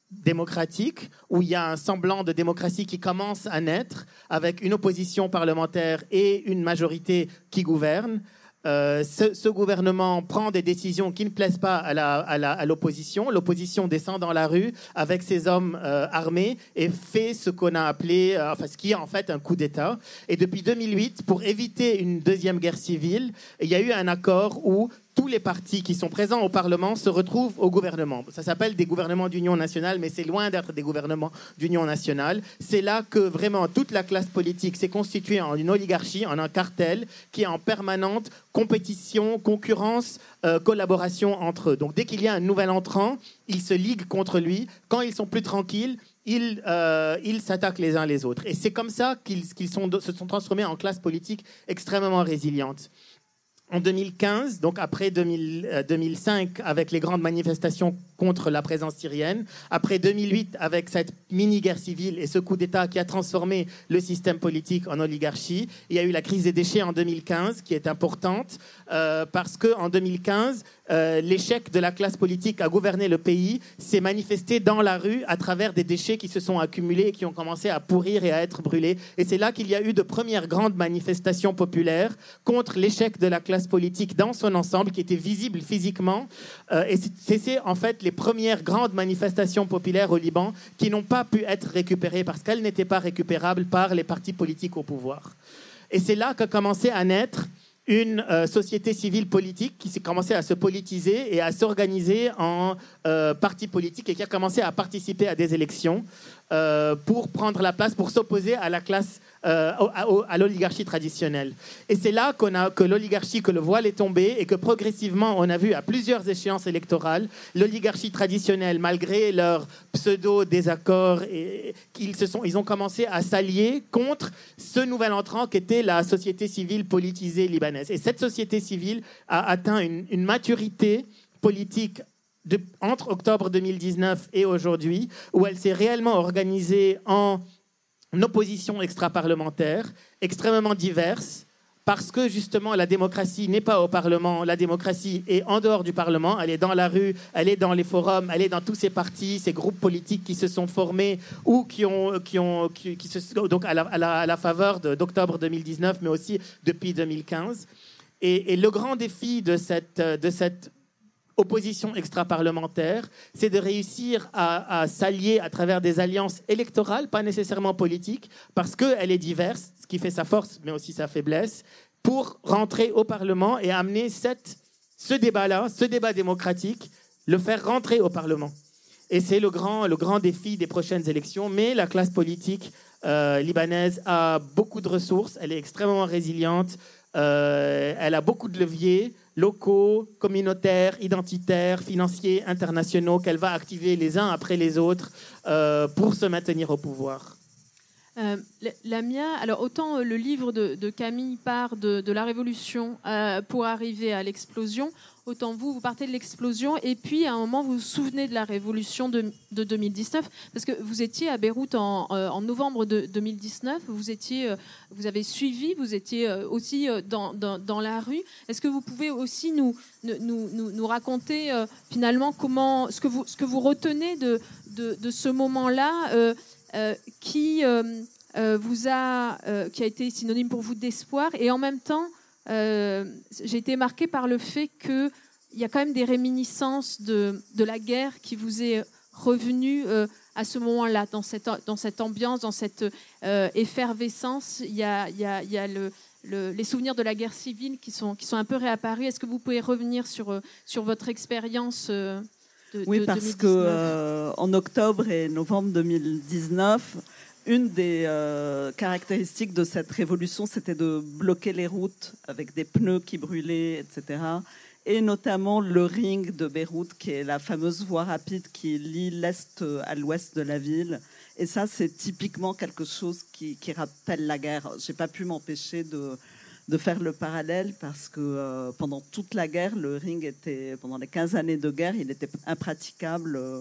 démocratique, où il y a un semblant de démocratie qui commence à naître, avec une opposition parlementaire et une majorité qui gouverne. Euh, ce, ce gouvernement prend des décisions qui ne plaisent pas à, la, à, la, à l'opposition. L'opposition descend dans la rue avec ses hommes euh, armés et fait ce qu'on a appelé, euh, enfin, ce qui est en fait un coup d'État. Et depuis deux mille huit, pour éviter une deuxième guerre civile, il y a eu un accord où tous les partis qui sont présents au Parlement se retrouvent au gouvernement. Ça s'appelle des gouvernements d'union nationale, mais c'est loin d'être des gouvernements d'union nationale. C'est là que vraiment toute la classe politique s'est constituée en une oligarchie, en un cartel qui est en permanente compétition, concurrence, euh, collaboration entre eux. Donc dès qu'il y a un nouvel entrant, ils se liguent contre lui. Quand ils sont plus tranquilles, Ils, euh, ils s'attaquent les uns les autres. Et c'est comme ça qu'ils, qu'ils sont, se sont transformés en classe politique extrêmement résiliente. En deux mille quinze, donc après deux mille, euh, deux mille cinq, avec les grandes manifestations contre la présence syrienne, après deux mille huit, avec cette mini-guerre civile et ce coup d'État qui a transformé le système politique en oligarchie, il y a eu la crise des déchets en deux mille quinze, qui est importante, euh, parce qu'en deux mille quinze, euh, l'échec de la classe politique à gouverner le pays s'est manifesté dans la rue à travers des déchets qui se sont accumulés et qui ont commencé à pourrir et à être brûlés. Et c'est là qu'il y a eu de premières grandes manifestations populaires contre l'échec de la classe politique dans son ensemble, qui était visible physiquement. Euh, et c'est, c'est en fait les premières grandes manifestations populaires au Liban qui n'ont pas pu être récupérées parce qu'elles n'étaient pas récupérables par les partis politiques au pouvoir. Et c'est là qu'a commencé à naître une euh, société civile politique qui s'est commencé à se politiser et à s'organiser en euh, parti politique et qui a commencé à participer à des élections euh, pour prendre la place, pour s'opposer à la classe, euh, à, à l'oligarchie traditionnelle. Et c'est là qu'on a, que l'oligarchie, que le voile est tombé et que progressivement, on a vu à plusieurs échéances électorales, l'oligarchie traditionnelle, malgré leurs pseudo-désaccords, et, ils, se sont, ils ont commencé à s'allier contre ce nouvel entrant qu'était la société civile politisée libanaise. Et cette société civile a atteint une, une maturité politique de, entre octobre deux mille dix-neuf et aujourd'hui, où elle s'est réellement organisée en opposition extra-parlementaire, extrêmement diverse, parce que justement la démocratie n'est pas au Parlement, la démocratie est en dehors du Parlement, elle est dans la rue, elle est dans les forums, elle est dans tous ces partis, ces groupes politiques qui se sont formés ou qui ont, qui ont, qui, qui se, donc à la, à la, à la faveur de, d'octobre deux mille dix-neuf, mais aussi depuis deux mille quinze. Et, et le grand défi de cette, de cette opposition extra-parlementaire, c'est de réussir à, à s'allier à travers des alliances électorales, pas nécessairement politiques, parce qu'elle est diverse, ce qui fait sa force, mais aussi sa faiblesse, pour rentrer au Parlement et amener cette, ce débat-là, ce débat démocratique, le faire rentrer au Parlement. Et c'est le grand, le grand défi des prochaines élections, mais la classe politique euh, libanaise a beaucoup de ressources, elle est extrêmement résiliente, euh, elle a beaucoup de leviers, locaux, communautaires, identitaires, financiers, internationaux, qu'elle va activer les uns après les autres euh, pour se maintenir au pouvoir. Euh, Lamia, alors autant le livre de, de Camille part de, de la révolution euh, pour arriver à l'explosion, autant vous, vous partez de l'explosion et puis à un moment vous vous souvenez de la révolution de, de deux mille dix-neuf, parce que vous étiez à Beyrouth en, euh, en novembre de deux mille dix-neuf, vous, étiez, euh, vous avez suivi, vous étiez euh, aussi euh, dans, dans, dans la rue. Est-ce que vous pouvez aussi nous, nous, nous, nous raconter euh, finalement comment, ce, que vous, ce que vous retenez de, de, de ce moment-là euh, euh, qui, euh, euh, vous a, euh, qui a été synonyme pour vous d'espoir, et en même temps Euh, j'ai été marquée par le fait qu'il y a quand même des réminiscences de, de la guerre qui vous est revenue euh, à ce moment-là, dans cette, dans cette ambiance, dans cette euh, effervescence. Il y a, il y a, il y a le, le, les souvenirs de la guerre civile qui sont, qui sont un peu réapparus. Est-ce que vous pouvez revenir sur, sur votre expérience euh, de, oui, de parce deux mille dix-neuf? que, euh, en octobre et novembre deux mille dix-neuf, une des euh, caractéristiques de cette révolution, c'était de bloquer les routes avec des pneus qui brûlaient, et cetera. Et notamment le ring de Beyrouth, qui est la fameuse voie rapide qui lie l'est à l'ouest de la ville. Et ça, c'est typiquement quelque chose qui, qui rappelle la guerre. Je n'ai pas pu m'empêcher de, de faire le parallèle parce que euh, pendant toute la guerre, le ring était, pendant les quinze années de guerre, il était impraticable. Euh,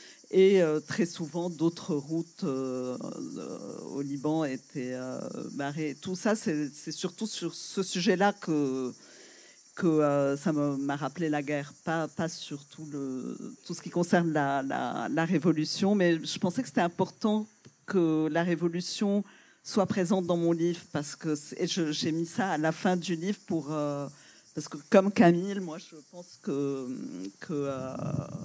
Et euh, très souvent, d'autres routes euh, euh, au Liban étaient euh, barrées. Tout ça, c'est, c'est surtout sur ce sujet-là que, que euh, ça me, m'a rappelé la guerre, pas, pas sur tout, le, tout ce qui concerne la, la, la révolution, mais je pensais que c'était important que la révolution soit présente dans mon livre, parce que et je, j'ai mis ça à la fin du livre pour... Euh, parce que comme Camille, moi je pense que, que, euh,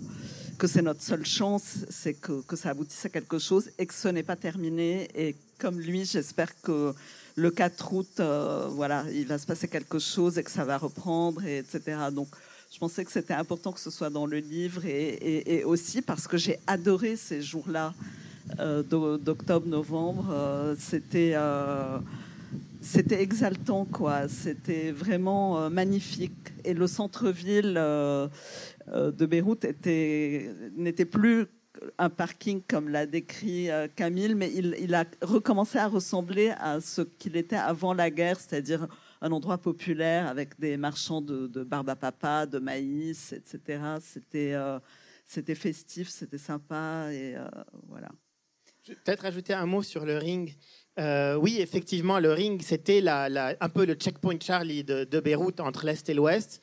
que c'est notre seule chance, c'est que, que ça aboutisse à quelque chose et que ce n'est pas terminé. Et comme lui, j'espère que le quatre août, euh, voilà, il va se passer quelque chose et que ça va reprendre, et etc. Donc je pensais que c'était important que ce soit dans le livre, et, et, et aussi parce que j'ai adoré ces jours-là euh, d'octobre-novembre. Euh, c'était... Euh, C'était exaltant, quoi. C'était vraiment euh, magnifique. Et le centre-ville euh, euh, de Beyrouth était, n'était plus un parking comme l'a décrit euh, Camille, mais il, il a recommencé à ressembler à ce qu'il était avant la guerre, c'est-à-dire un endroit populaire avec des marchands de, de barbe à papa, de maïs, et cetera. C'était, euh, c'était festif, c'était sympa, et euh, voilà. Je vais peut-être ajouter un mot sur le ring. Euh, oui, effectivement, le ring, c'était la, la, un peu le checkpoint Charlie de, de Beyrouth entre l'Est et l'Ouest.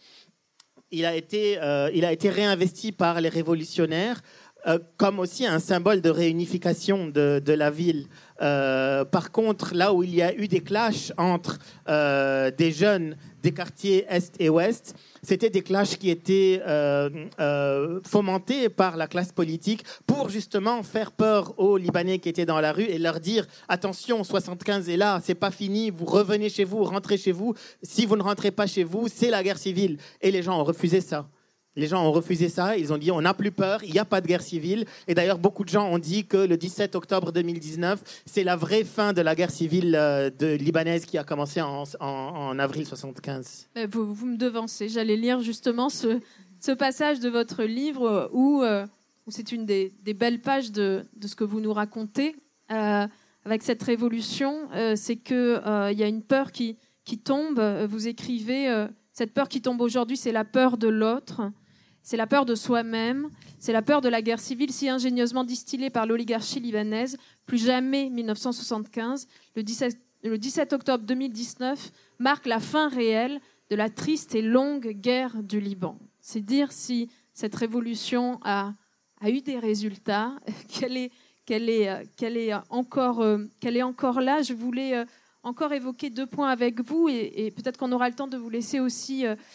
Il a été, euh, il a été réinvesti par les révolutionnaires euh, comme aussi un symbole de réunification de, de la ville. Euh, par contre, là où il y a eu des clashs entre euh, des jeunes des quartiers Est et Ouest, c'était des clashs qui étaient euh, euh, fomentés par la classe politique pour justement faire peur aux Libanais qui étaient dans la rue et leur dire « Attention, soixante-quinze est là, c'est pas fini, vous revenez chez vous, rentrez chez vous. Si vous ne rentrez pas chez vous, c'est la guerre civile. » Et les gens ont refusé ça. Les gens ont refusé ça, ils ont dit on n'a plus peur, il n'y a pas de guerre civile. Et d'ailleurs, beaucoup de gens ont dit que le dix-sept octobre deux mille dix-neuf, c'est la vraie fin de la guerre civile de libanaise qui a commencé en, en, en avril soixante-quinze. Vous, vous me devancez, j'allais lire justement ce, ce passage de votre livre où, euh, où c'est une des, des belles pages de, de ce que vous nous racontez. Euh, avec cette révolution, euh, c'est qu'il euh, y a une peur qui, qui tombe. Vous écrivez, euh, cette peur qui tombe aujourd'hui, c'est la peur de l'autre. C'est la peur de soi-même, c'est la peur de la guerre civile si ingénieusement distillée par l'oligarchie libanaise. Plus jamais mille neuf cent soixante-quinze, le dix-sept, le dix-sept octobre deux mille dix-neuf, marque la fin réelle de la triste et longue guerre du Liban. C'est dire si cette révolution a, a eu des résultats, qu'elle est, qu'elle est, qu'elle est, encore, euh, qu'elle est encore là. Je voulais... Euh, encore évoquer deux points avec vous et, et peut-être qu'on aura le temps de vous laisser aussi euh,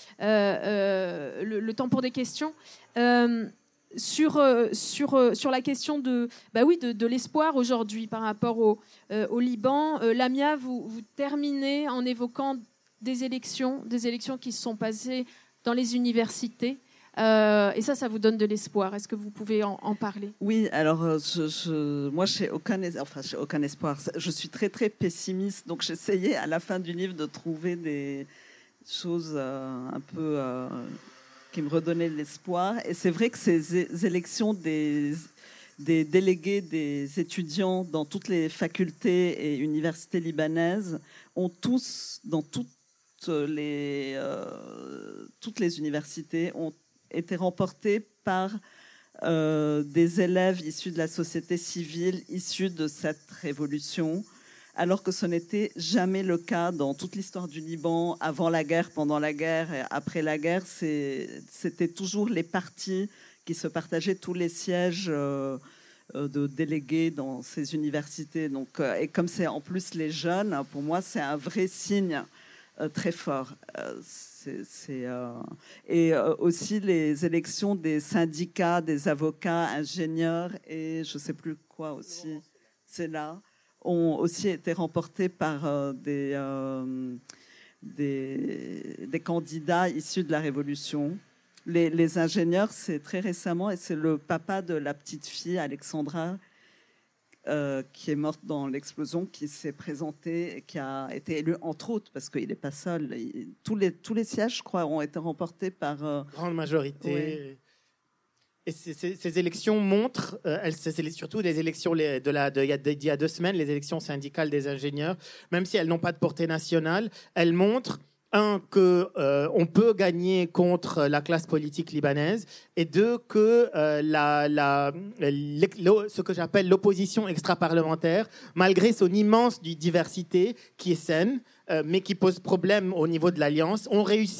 euh, le, le temps pour des questions. Euh, sur, euh, sur, euh, sur la question de, bah oui, de, de l'espoir aujourd'hui par rapport au, euh, au Liban. Euh, Lamia, vous, vous terminez en évoquant des élections, des élections qui se sont passées dans les universités. Euh, et ça, ça vous donne de l'espoir. Est-ce que vous pouvez en, en parler ? Oui, alors je, je, moi, je n'ai aucun, enfin, j'ai aucun espoir. Je suis très, très pessimiste. Donc, j'essayais à la fin du livre de trouver des choses euh, un peu euh, qui me redonnaient de l'espoir. Et c'est vrai que ces élections des, des délégués des étudiants dans toutes les facultés et universités libanaises ont tous, dans toutes les, euh, toutes les universités, ont été remporté par euh, des élèves issus de la société civile, issus de cette révolution, alors que ce n'était jamais le cas dans toute l'histoire du Liban, avant la guerre, pendant la guerre et après la guerre. C'est, c'était toujours les partis qui se partageaient tous les sièges euh, de délégués dans ces universités. Donc, euh, et comme c'est en plus les jeunes, pour moi, c'est un vrai signe euh, très fort. Euh, C'est, c'est, euh... Et euh, aussi les élections des syndicats, des avocats, ingénieurs et je ne sais plus quoi aussi, c'est là, ont aussi été remportées par euh, des, euh, des, des candidats issus de la Révolution. Les, les ingénieurs, c'est très récemment, et c'est le papa de la petite fille, Alexandra, Euh, qui est morte dans l'explosion, qui s'est présentée et qui a été élu, entre autres, parce qu'il n'est pas seul. Il, tous, les, tous les sièges, je crois, ont été remportés par... Euh, grande majorité. Ouais. Et ces, ces, ces élections montrent, euh, elles, c'est surtout des élections les, de la, de, de, d'il y a deux semaines, les élections syndicales des ingénieurs, même si elles n'ont pas de portée nationale, elles montrent un, qu'on euh, peut gagner contre la classe politique libanaise, et deux, que euh, la, la, ce que j'appelle l'opposition extra-parlementaire, malgré son immense diversité qui est saine, euh, mais qui pose problème au niveau de l'alliance, ont réussi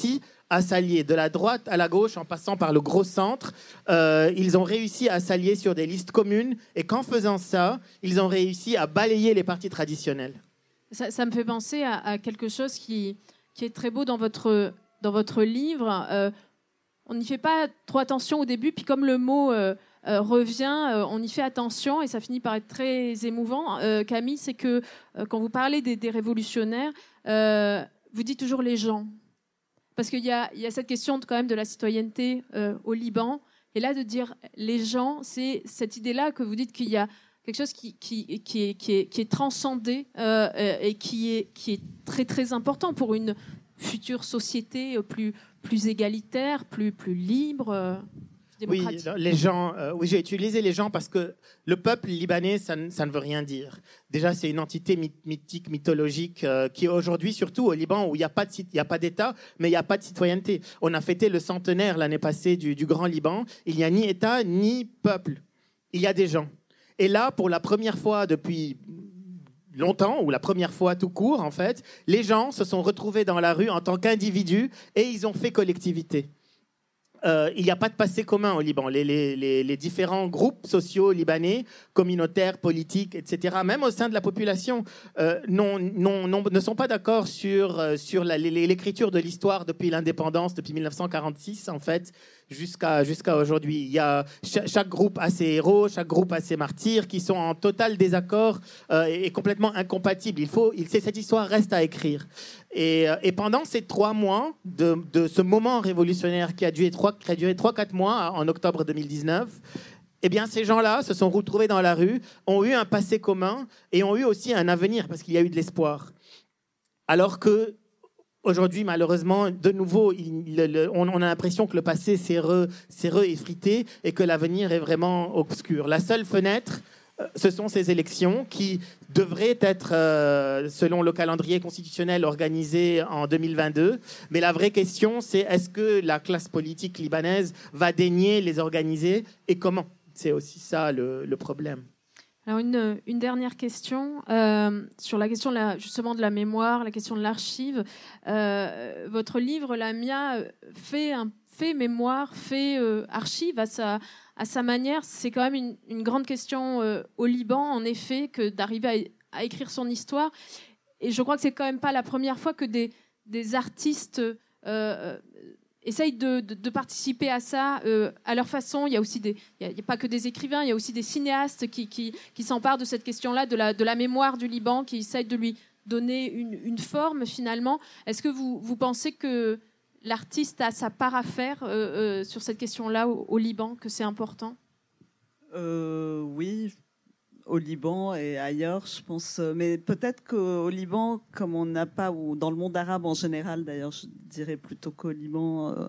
à s'allier de la droite à la gauche en passant par le gros centre. Euh, ils ont réussi à s'allier sur des listes communes et qu'en faisant ça, ils ont réussi à balayer les partis traditionnels. Ça, ça me fait penser à, à quelque chose qui, qui est très beau dans votre, dans votre livre. Euh, on n'y fait pas trop attention au début, puis comme le mot euh, euh, revient, euh, on y fait attention et ça finit par être très émouvant. Euh, Camille, c'est que euh, quand vous parlez des, des révolutionnaires, euh, vous dites toujours les gens. Parce qu'il y a, il y a cette question de, quand même de la citoyenneté euh, au Liban. Et là, de dire les gens, c'est cette idée-là que vous dites qu'il y a quelque chose qui, qui, qui, est, qui, est, qui est transcendé euh, et qui est, qui est très, très important pour une future société plus, plus égalitaire, plus, plus libre, euh, démocratique. Oui, les gens, euh, oui, j'ai utilisé les gens parce que le peuple libanais, ça, ça ne veut rien dire. Déjà, c'est une entité mythique, mythologique, euh, qui aujourd'hui, surtout au Liban, où il n'y a pas de, il n'y a pas d'État, mais il n'y a pas de citoyenneté. On a fêté le centenaire l'année passée du, du Grand Liban. Il n'y a ni État, ni peuple. Il y a des gens. Et là, pour la première fois depuis longtemps, ou la première fois tout court, en fait, les gens se sont retrouvés dans la rue en tant qu'individus et ils ont fait collectivité. Euh, il n'y a pas de passé commun au Liban. Les, les, les, les différents groupes sociaux libanais, communautaires, politiques, et cetera, même au sein de la population, euh, non, non, non, ne sont pas d'accord sur, euh, sur la, l'écriture de l'histoire depuis l'indépendance, depuis mille neuf cent quarante-six, en fait, jusqu'à, jusqu'à aujourd'hui. Il y a chaque, chaque groupe a ses héros, chaque groupe a ses martyrs qui sont en total désaccord euh, et, et complètement incompatibles. Il faut, il, cette histoire reste à écrire. Et, et pendant ces trois mois de, de ce moment révolutionnaire qui a duré trois, qui a duré trois, quatre mois en octobre deux mille dix-neuf, eh bien, ces gens-là se sont retrouvés dans la rue, ont eu un passé commun et ont eu aussi un avenir parce qu'il y a eu de l'espoir. Alors que aujourd'hui, malheureusement, de nouveau, il, le, on, on a l'impression que le passé s'est, re, s'est re-effrité et que l'avenir est vraiment obscur. La seule fenêtre, ce sont ces élections qui devraient être, euh, selon le calendrier constitutionnel, organisées en deux mille vingt-deux. Mais la vraie question, c'est est-ce que la classe politique libanaise va daigner les organiser et comment ? C'est aussi ça le, le problème. Alors une, une dernière question euh, sur la question de la, justement de la mémoire, la question de l'archive. Euh, votre livre, Lamia, fait, un, fait mémoire, fait euh, archive à sa, à sa manière. C'est quand même une, une grande question euh, au Liban, en effet, que d'arriver à, à écrire son histoire. Et je crois que c'est quand même pas la première fois que des, des artistes euh, essayent de, de, de participer à ça euh, à leur façon. Il y a aussi des, il n'y a, a pas que des écrivains, il y a aussi des cinéastes qui, qui, qui s'emparent de cette question-là, de la, de la mémoire du Liban, qui essayent de lui donner une, une forme finalement. Est-ce que vous, vous pensez que l'artiste a sa part à faire euh, euh, sur cette question-là au, au Liban, que c'est important ? euh, Oui, au Liban et ailleurs, je pense. Mais peut-être qu'au Liban, comme on n'a pas, ou dans le monde arabe en général, d'ailleurs, je dirais plutôt qu'au Liban, euh,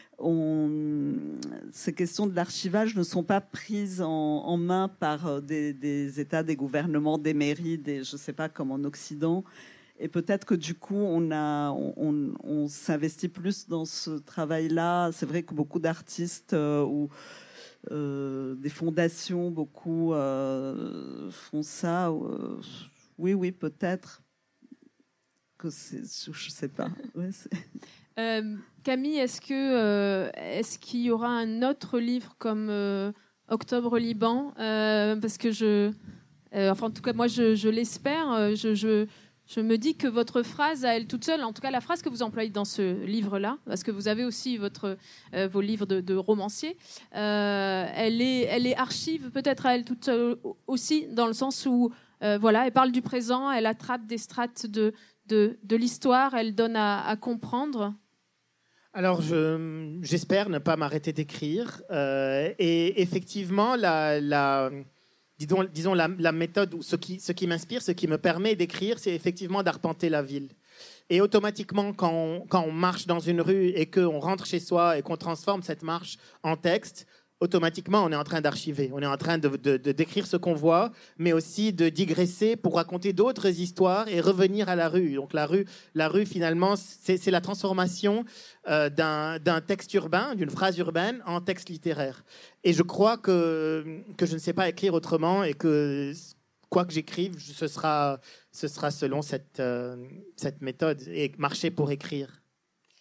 on, ces questions de l'archivage ne sont pas prises en, en main par des, des États, des gouvernements, des mairies, des, je ne sais pas, comme en Occident. Et peut-être que du coup, on, a, on, on, on s'investit plus dans ce travail-là. C'est vrai que beaucoup d'artistes euh, ou euh, des fondations, beaucoup euh, font ça. Euh, oui, oui, peut-être que c'est, je ne sais pas. Ouais, c'est... Euh, Camille, est-ce que euh, est-ce qu'il y aura un autre livre comme euh, Octobre Liban euh, parce que je, euh, enfin en tout cas moi je, je l'espère. Je, je, je me dis que votre phrase à elle toute seule, en tout cas la phrase que vous employez dans ce livre-là, parce que vous avez aussi votre euh, vos livres de, de romanciers, euh, elle est elle est archive peut-être à elle toute seule aussi dans le sens où euh, voilà, elle parle du présent, elle attrape des strates de de, de l'histoire, elle donne à, à comprendre. Alors, je, j'espère ne pas m'arrêter d'écrire. Euh, et effectivement, la, la, disons, disons la, la méthode, ou ce qui, ce qui m'inspire, ce qui me permet d'écrire, c'est effectivement d'arpenter la ville. Et automatiquement, quand on, quand on marche dans une rue et qu'on rentre chez soi et qu'on transforme cette marche en texte, automatiquement, on est en train d'archiver. On est en train de, de, de décrire ce qu'on voit, mais aussi de digresser pour raconter d'autres histoires et revenir à la rue. Donc la rue, la rue finalement, c'est, c'est la transformation euh, d'un, d'un texte urbain, d'une phrase urbaine, en texte littéraire. Et je crois que, que je ne sais pas écrire autrement et que quoi que j'écrive, ce sera, ce sera selon cette, euh, cette méthode et marcher pour écrire.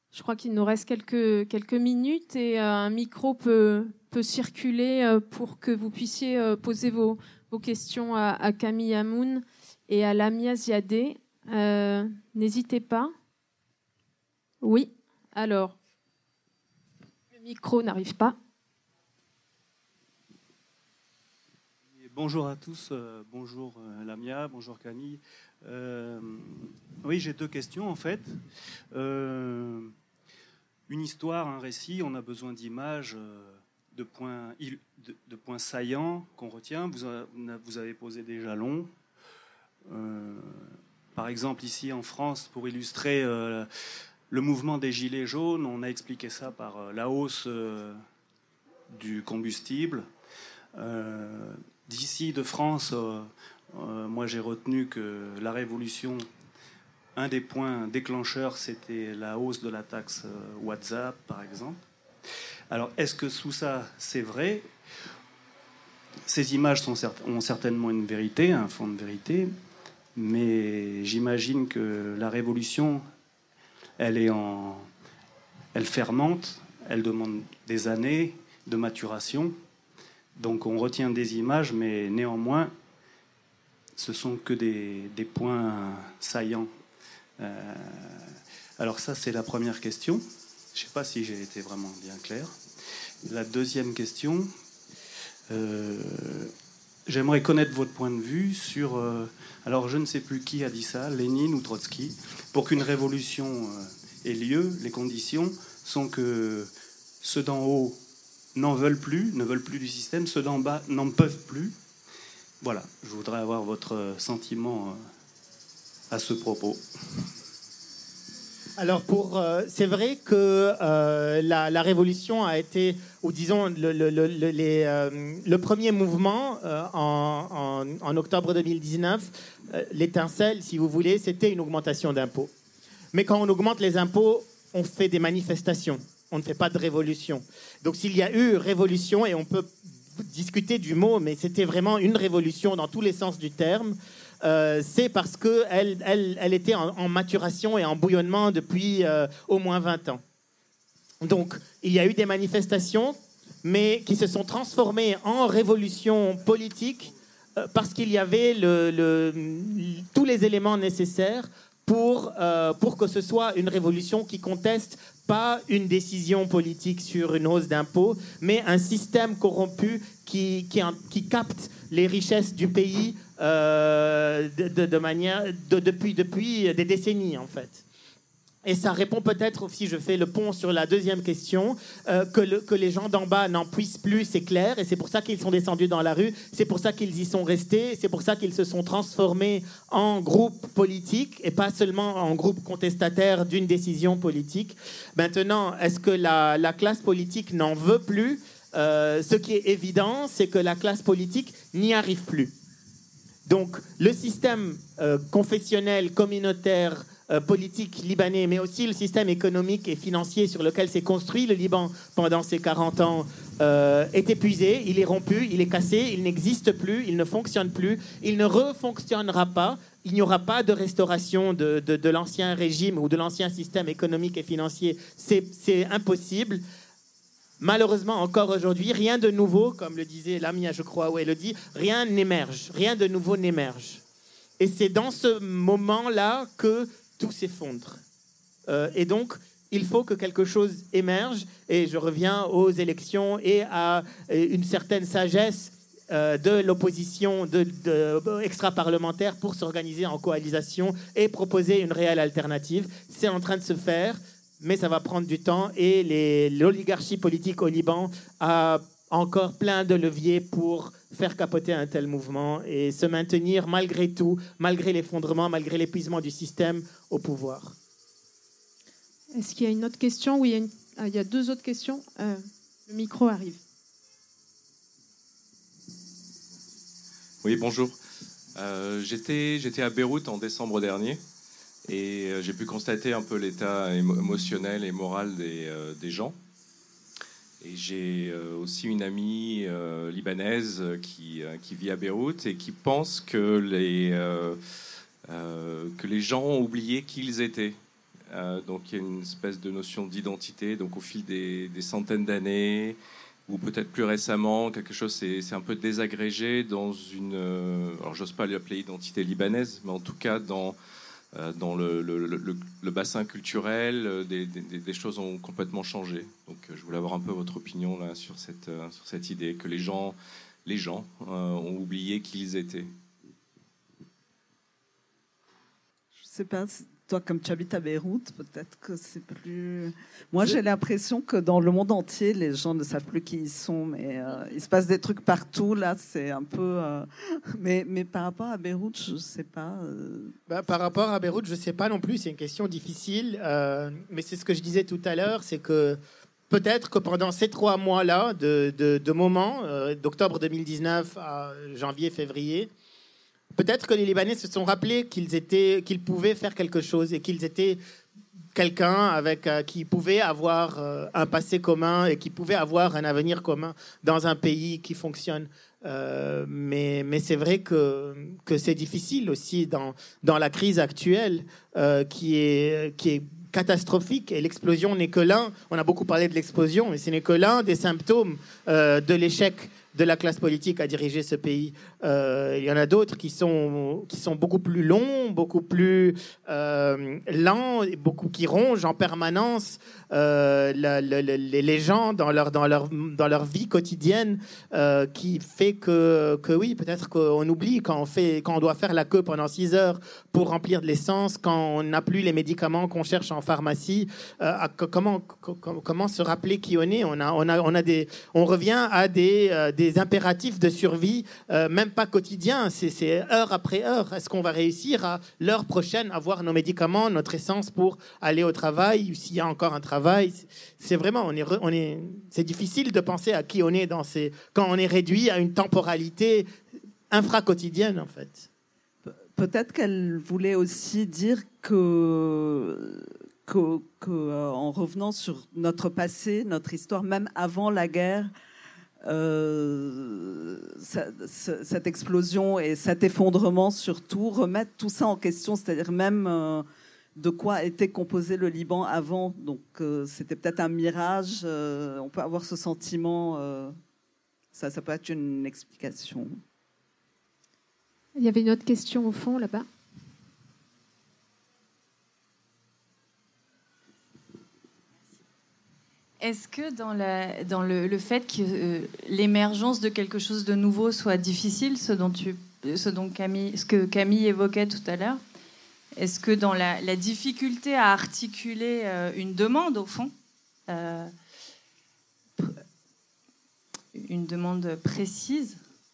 Je crois qu'il nous reste quelques, quelques minutes et euh, un micro peut, peut circuler euh, pour que vous puissiez euh, poser vos, vos questions à, à Camille Amoun et à Lamia Ziadé. Euh, n'hésitez pas. Oui, alors, le micro n'arrive pas. Bonjour à tous, euh, bonjour euh, Lamia, bonjour Camille. Euh, oui, j'ai deux questions en fait. Euh, une histoire, un récit, on a besoin d'images, euh, de, points, de, de points saillants qu'on retient. Vous, a, vous avez posé des jalons. Euh, par exemple, ici en France, pour illustrer euh, le mouvement des Gilets jaunes, on a expliqué ça par euh, la hausse euh, du combustible. Euh, D'ici, de France, euh, euh, moi j'ai retenu que la Révolution, un des points déclencheurs, c'était la hausse de la taxe euh, WhatsApp, par exemple. Alors, est-ce que sous ça, c'est vrai? Ces images sont cert- ont certainement une vérité, un fond de vérité, mais j'imagine que la Révolution, elle est en, elle fermente, elle demande des années de maturation. Donc on retient des images, mais néanmoins, ce sont que des, des points saillants. Euh, alors ça, c'est la première question. Je ne sais pas si j'ai été vraiment bien clair. La deuxième question, euh, j'aimerais connaître votre point de vue sur... Euh, alors je ne sais plus qui a dit ça, Lénine ou Trotsky. Pour qu'une révolution euh, ait lieu, les conditions sont que ceux d'en haut n'en veulent plus, ne veulent plus du système, ceux d'en bas n'en peuvent plus. Voilà, je voudrais avoir votre sentiment à ce propos. Alors, pour, euh, c'est vrai que euh, la, la révolution a été, ou disons, le, le, le, le, les, euh, le premier mouvement euh, en, en, en octobre deux mille dix-neuf, euh, l'étincelle, si vous voulez, c'était une augmentation d'impôts. Mais quand on augmente les impôts, on fait des manifestations. On ne fait pas de révolution. Donc s'il y a eu révolution, et on peut discuter du mot, mais c'était vraiment une révolution dans tous les sens du terme, euh, c'est parce qu'elle elle, elle était en, en maturation et en bouillonnement depuis euh, au moins vingt ans. Donc il y a eu des manifestations, mais qui se sont transformées en révolution politique euh, parce qu'il y avait le, le, tous les éléments nécessaires pour, euh, pour que ce soit une révolution qui conteste pas une décision politique sur une hausse d'impôts, mais un système corrompu qui, qui, qui capte les richesses du pays euh, de, de, de manière, de, depuis, depuis des décennies, en fait. Et ça répond peut-être, si je fais le pont sur la deuxième question, euh, que, le, que les gens d'en bas n'en puissent plus, c'est clair, et c'est pour ça qu'ils sont descendus dans la rue, c'est pour ça qu'ils y sont restés, c'est pour ça qu'ils se sont transformés en groupe politique, et pas seulement en groupe contestataire d'une décision politique. Maintenant, est-ce que la, la classe politique n'en veut plus? euh, Ce qui est évident, c'est que la classe politique n'y arrive plus. Donc, le système euh, confessionnel, communautaire, Euh, politique libanais, mais aussi le système économique et financier sur lequel s'est construit le Liban pendant ces quarante ans euh, est épuisé, il est rompu, il est cassé, il n'existe plus, il ne fonctionne plus, il ne refonctionnera pas, il n'y aura pas de restauration de, de, de l'ancien régime ou de l'ancien système économique et financier, c'est, c'est impossible. Malheureusement, encore aujourd'hui, rien de nouveau, comme le disait Lamia, je crois, où elle le dit, rien n'émerge, rien de nouveau n'émerge. Et c'est dans ce moment-là que tout s'effondre. Euh, et donc, il faut que quelque chose émerge. Et je reviens aux élections et à une certaine sagesse euh, de l'opposition de, de, extra-parlementaire pour s'organiser en coalition et proposer une réelle alternative. C'est en train de se faire, mais ça va prendre du temps. Et les, l'oligarchie politique au Liban a encore plein de leviers pour faire capoter un tel mouvement et se maintenir malgré tout, malgré l'effondrement, malgré l'épuisement du système au pouvoir. Est-ce qu'il y a une autre question? Oui, il y a, une... ah, il y a deux autres questions. Euh, le micro arrive. Oui, bonjour. Euh, j'étais, j'étais à Beyrouth en décembre dernier et euh, j'ai pu constater un peu l'état émo- émotionnel et moral des, euh, des gens. Et j'ai euh, aussi une amie euh, libanaise qui, euh, qui vit à Beyrouth et qui pense que les, euh, euh, que les gens ont oublié qui ils étaient. Euh, donc il y a une espèce de notion d'identité. Donc au fil des, des centaines d'années, ou peut-être plus récemment, quelque chose s'est, s'est un peu désagrégé dans une... Euh, alors j'ose pas l'appeler identité libanaise, mais en tout cas dans, euh, dans le, le, le, le bassin culturel, euh, des, des, des choses ont complètement changé. Donc euh, je voulais avoir un peu votre opinion là, sur, cette, euh, sur cette idée que les gens, les gens euh, ont oublié qui ils étaient. Je sais pas, toi comme tu habites à Beyrouth, peut-être que c'est plus... Moi j'ai l'impression que dans le monde entier, les gens ne savent plus qui ils sont, mais euh, il se passe des trucs partout, là c'est un peu... Euh... Mais, mais par rapport à Beyrouth, je sais pas... Euh... Bah, par rapport à Beyrouth, je sais pas non plus, c'est une question difficile, euh, mais c'est ce que je disais tout à l'heure, c'est que peut-être que pendant ces trois mois-là, de, de, de moments, euh, d'octobre deux mille dix-neuf à janvier-février, peut-être que les Libanais se sont rappelés qu'ils étaient, qu'ils pouvaient faire quelque chose et qu'ils étaient quelqu'un avec euh, qui pouvait avoir euh, un passé commun et qui pouvait avoir un avenir commun dans un pays qui fonctionne. Euh, mais, mais c'est vrai que, que c'est difficile aussi dans, dans la crise actuelle euh, qui est, qui est catastrophique, et l'explosion n'est que l'un, on a beaucoup parlé de l'explosion, mais ce n'est que l'un des symptômes euh, de l'échec de la classe politique à diriger ce pays. Euh, il y en a d'autres qui sont, qui sont beaucoup plus longs, beaucoup plus euh, lents, et beaucoup qui rongent en permanence euh, la, la, la, les gens dans leur, dans leur, dans leur vie quotidienne, euh, qui fait que, que oui, peut-être qu'on oublie quand on, fait, quand on doit faire la queue pendant six heures pour remplir de l'essence, quand on n'a plus les médicaments qu'on cherche en pharmacie. Euh, à, comment, comment, comment se rappeler qui on est? On, a, on, a, on, a des, on revient à des, euh, des impératifs de survie, euh, même pas quotidiens, c'est, c'est heure après heure. Est-ce qu'on va réussir à l'heure prochaine avoir nos médicaments, notre essence pour aller au travail, ou s'il y a encore un travail? C'est vraiment, on est, on est, c'est difficile de penser à qui on est dans ces, quand on est réduit à une temporalité infra-quotidienne, en fait. Peut-être qu'elle voulait aussi dire que, que, que euh, en revenant sur notre passé, notre histoire, même avant la guerre, Euh, ça, ça, cette explosion et cet effondrement surtout remettre tout ça en question, c'est-à-dire même euh, de quoi était composé le Liban avant. Donc euh, c'était peut-être un mirage, euh, on peut avoir ce sentiment, euh, ça, ça peut être une explication. Il y avait une autre question au fond là-bas. Est-ce que dans, la, dans le, le fait que euh, l'émergence de quelque chose de nouveau soit difficile, ce, dont tu, ce, dont Camille, ce que Camille évoquait tout à l'heure, est-ce que dans la, la difficulté à articuler euh, une demande, au fond, euh, une demande précise,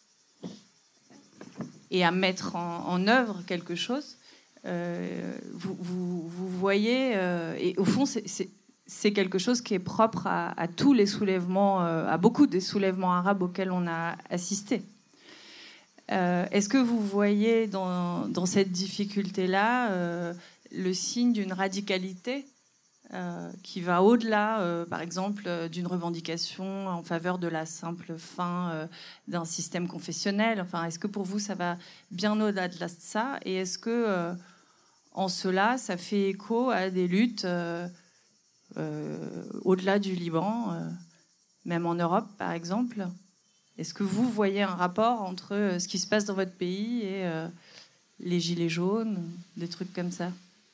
et à mettre en, en œuvre quelque chose, euh, vous, vous, vous voyez, euh, et au fond, c'est... c'est c'est quelque chose qui est propre à, à tous les soulèvements, euh, à beaucoup des soulèvements arabes auxquels on a assisté. Euh, est-ce que vous voyez dans, dans cette difficulté-là euh, le signe d'une radicalité euh, qui va au-delà, euh, par exemple, d'une revendication en faveur de la simple fin euh, d'un système confessionnel? Enfin, est-ce que pour vous, ça va bien au-delà de ça? Et est-ce que, euh, en cela, ça fait écho à des luttes euh, Euh, au-delà du Liban, euh, même en Europe, par exemple? Est-ce que vous voyez un rapport entre euh, ce qui se passe dans votre pays et euh, les gilets jaunes, des trucs comme ça?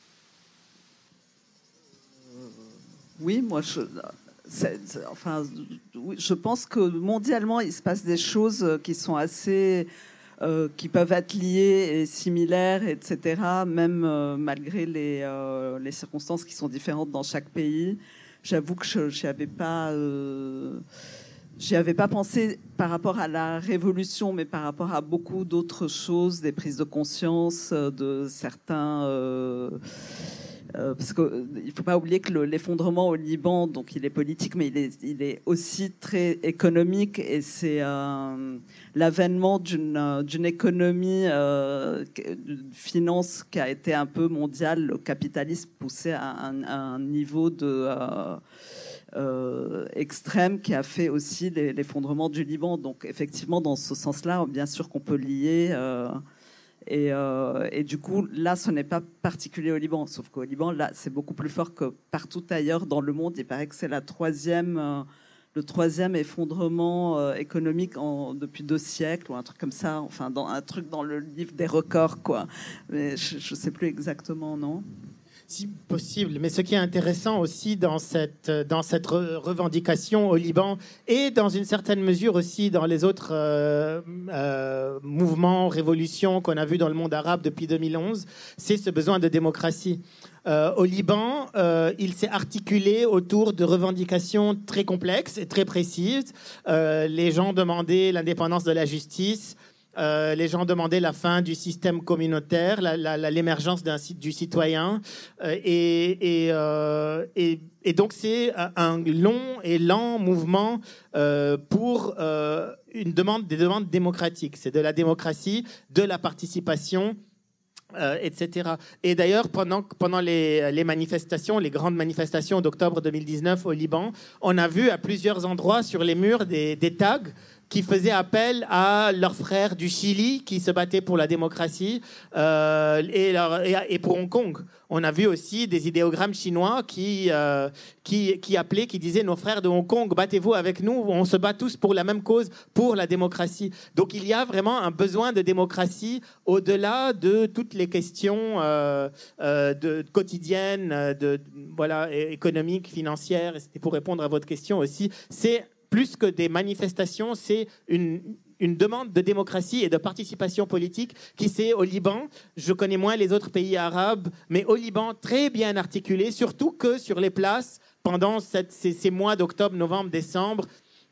Oui, moi, je, c'est, c'est, enfin, oui, je pense que mondialement, il se passe des choses qui sont assez... Euh, qui peuvent être liées et similaires, et cetera, même euh, malgré les, euh, les circonstances qui sont différentes dans chaque pays. J'avoue que je n'y avais pas, euh, j'y avais pas pensé par rapport à la révolution, mais par rapport à beaucoup d'autres choses, des prises de conscience de certains... Euh, Euh, parce qu'il euh, ne faut pas oublier que le, l'effondrement au Liban, donc il est politique, mais il est, il est aussi très économique, et c'est euh, l'avènement d'une, d'une économie, euh, d'une finance qui a été un peu mondiale, le capitalisme poussé à un, à un niveau de, euh, euh, extrême qui a fait aussi les, l'effondrement du Liban. Donc effectivement, dans ce sens-là, bien sûr qu'on peut lier... Euh, Et, euh, et du coup, là, ce n'est pas particulier au Liban. Sauf qu'au Liban, là, c'est beaucoup plus fort que partout ailleurs dans le monde. Il paraît que c'est la troisième, euh, le troisième effondrement euh, économique en, depuis deux siècles ou un truc comme ça. Enfin, dans, un truc dans le livre des records, quoi. Mais je ne sais plus exactement, non ? Si possible, mais ce qui est intéressant aussi dans cette, dans cette re- revendication au Liban et dans une certaine mesure aussi dans les autres euh, euh, mouvements, révolutions qu'on a vus dans le monde arabe depuis deux mille onze, c'est ce besoin de démocratie. Euh, au Liban, euh, il s'est articulé autour de revendications très complexes et très précises. Euh, les gens demandaient l'indépendance de la justice. Euh, les gens demandaient la fin du système communautaire, la, la, la, l'émergence d'un, du citoyen. Euh, et, et, euh, et, et donc, c'est un long et lent mouvement euh, pour euh, une demande, des demandes démocratiques. C'est de la démocratie, de la participation, euh, et cetera. Et d'ailleurs, pendant, pendant les, les manifestations, les grandes manifestations d'octobre deux mille dix-neuf au Liban, on a vu à plusieurs endroits sur les murs des, des tags qui faisaient appel à leurs frères du Chili qui se battaient pour la démocratie euh, et, leur, et, et pour Hong Kong. On a vu aussi des idéogrammes chinois qui, euh, qui, qui appelaient, qui disaient « Nos frères de Hong Kong, battez-vous avec nous, on se bat tous pour la même cause, pour la démocratie ». Donc il y a vraiment un besoin de démocratie au-delà de toutes les questions euh, euh, de, quotidiennes, de, voilà, économiques, financières. Et c'était pour répondre à votre question aussi. C'est plus que des manifestations, c'est une, une demande de démocratie et de participation politique qui s'est au Liban, je connais moins les autres pays arabes, mais au Liban très bien articulé, surtout que sur les places, pendant cette, ces, ces mois d'octobre, novembre, décembre,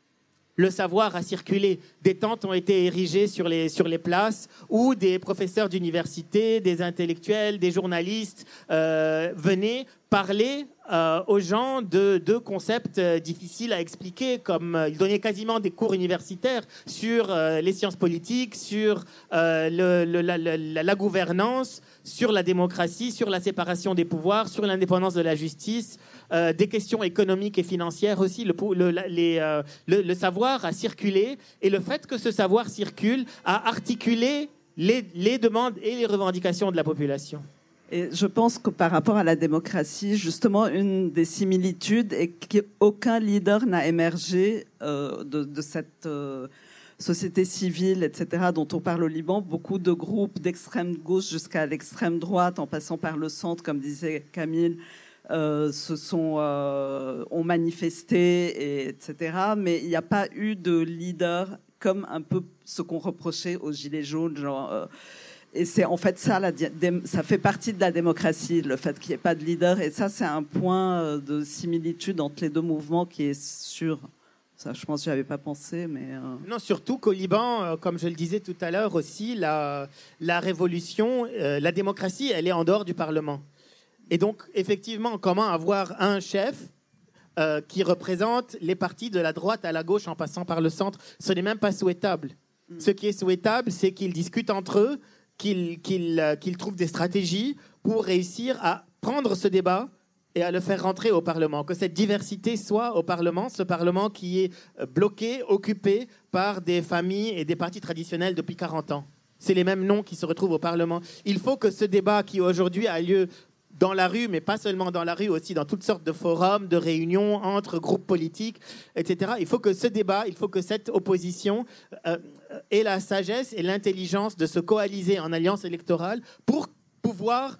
le savoir a circulé. Des tentes ont été érigées sur les, sur les places où des professeurs d'université, des intellectuels, des journalistes euh, venaient parler euh, aux gens de, de concepts euh, difficiles à expliquer, comme euh, ils donnaient quasiment des cours universitaires sur euh, les sciences politiques, sur euh, le, le, la, la, la gouvernance, sur la démocratie, sur la séparation des pouvoirs, sur l'indépendance de la justice, euh, des questions économiques et financières aussi. Le, le, les, euh, le, le savoir a circulé et le fait que ce savoir circule a articulé les, les demandes et les revendications de la population. Et je pense que par rapport à la démocratie, justement, une des similitudes est qu'aucun leader n'a émergé euh, de, de cette euh, société civile, et cetera, dont on parle au Liban. Beaucoup de groupes d'extrême gauche jusqu'à l'extrême droite, en passant par le centre, comme disait Camille, euh, se sont, euh, ont manifesté, et, etc. Mais il n'y a pas eu de leader comme un peu ce qu'on reprochait aux Gilets jaunes, genre... Euh, Et c'est en fait ça, la, ça fait partie de la démocratie, le fait qu'il n'y ait pas de leader. Et ça, c'est un point de similitude entre les deux mouvements qui est sûr. Ça, je pense que je n'y avais pas pensé, mais... Euh... Non, surtout qu'au Liban, comme je le disais tout à l'heure aussi, la, la révolution, euh, la démocratie, elle est en dehors du Parlement. Et donc, effectivement, comment avoir un chef euh, qui représente les partis de la droite à la gauche en passant par le centre, ce n'est même pas souhaitable. Mm. Ce qui est souhaitable, c'est qu'ils discutent entre eux, qu'ils qu'ils, qu'ils trouvent des stratégies pour réussir à prendre ce débat et à le faire rentrer au Parlement. Que cette diversité soit au Parlement, ce Parlement qui est bloqué, occupé par des familles et des partis traditionnels depuis quarante ans. C'est les mêmes noms qui se retrouvent au Parlement. Il faut que ce débat qui aujourd'hui a lieu dans la rue, mais pas seulement dans la rue, aussi dans toutes sortes de forums, de réunions entre groupes politiques, et cetera. Il faut que ce débat, il faut que cette opposition euh, ait la sagesse et l'intelligence de se coaliser en alliance électorale pour pouvoir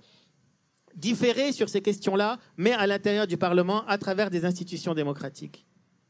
différer sur ces questions-là, mais à l'intérieur du Parlement, à travers des institutions démocratiques.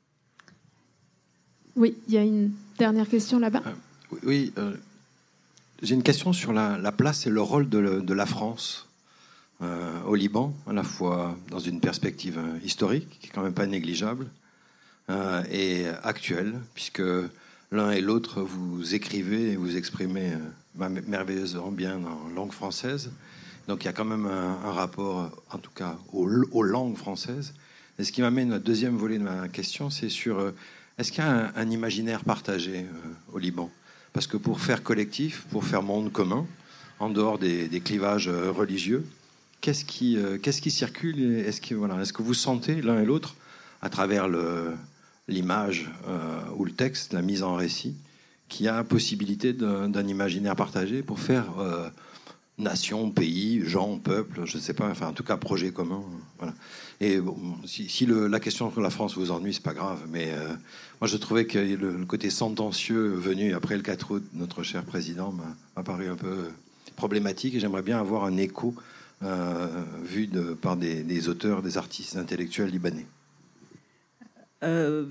Oui, il y a une dernière question là-bas. Euh, oui, euh, j'ai une question sur la, la place et le rôle de, le, de la France Euh, au Liban, à la fois dans une perspective euh, historique, qui est quand même pas négligeable, euh, et actuelle, puisque l'un et l'autre, vous écrivez et vous exprimez euh, merveilleusement bien en langue française. Donc il y a quand même un, un rapport, en tout cas, aux, aux langues françaises. Et ce qui m'amène au deuxième volet de ma question, c'est sur, euh, est-ce qu'il y a un, un imaginaire partagé euh, au Liban ? Parce que pour faire collectif, pour faire monde commun, en dehors des, des clivages euh, religieux, Qu'est-ce qui, euh, qu'est-ce qui circule ? Est-ce que, voilà, est-ce que vous sentez l'un et l'autre, à travers le, l'image euh, ou le texte, la mise en récit, qu'il y a possibilité d'un, d'un imaginaire partagé pour faire euh, nation, pays, gens, peuple, je ne sais pas, enfin en tout cas projet commun. Voilà. Et bon, si, si le, la question que la France vous ennuie, c'est pas grave, mais euh, moi je trouvais que le, le côté sentencieux venu après le quatre août, notre cher président, m'a, m'a paru un peu problématique, et j'aimerais bien avoir un écho euh, vu de, par des, des auteurs, des artistes intellectuels libanais. Euh,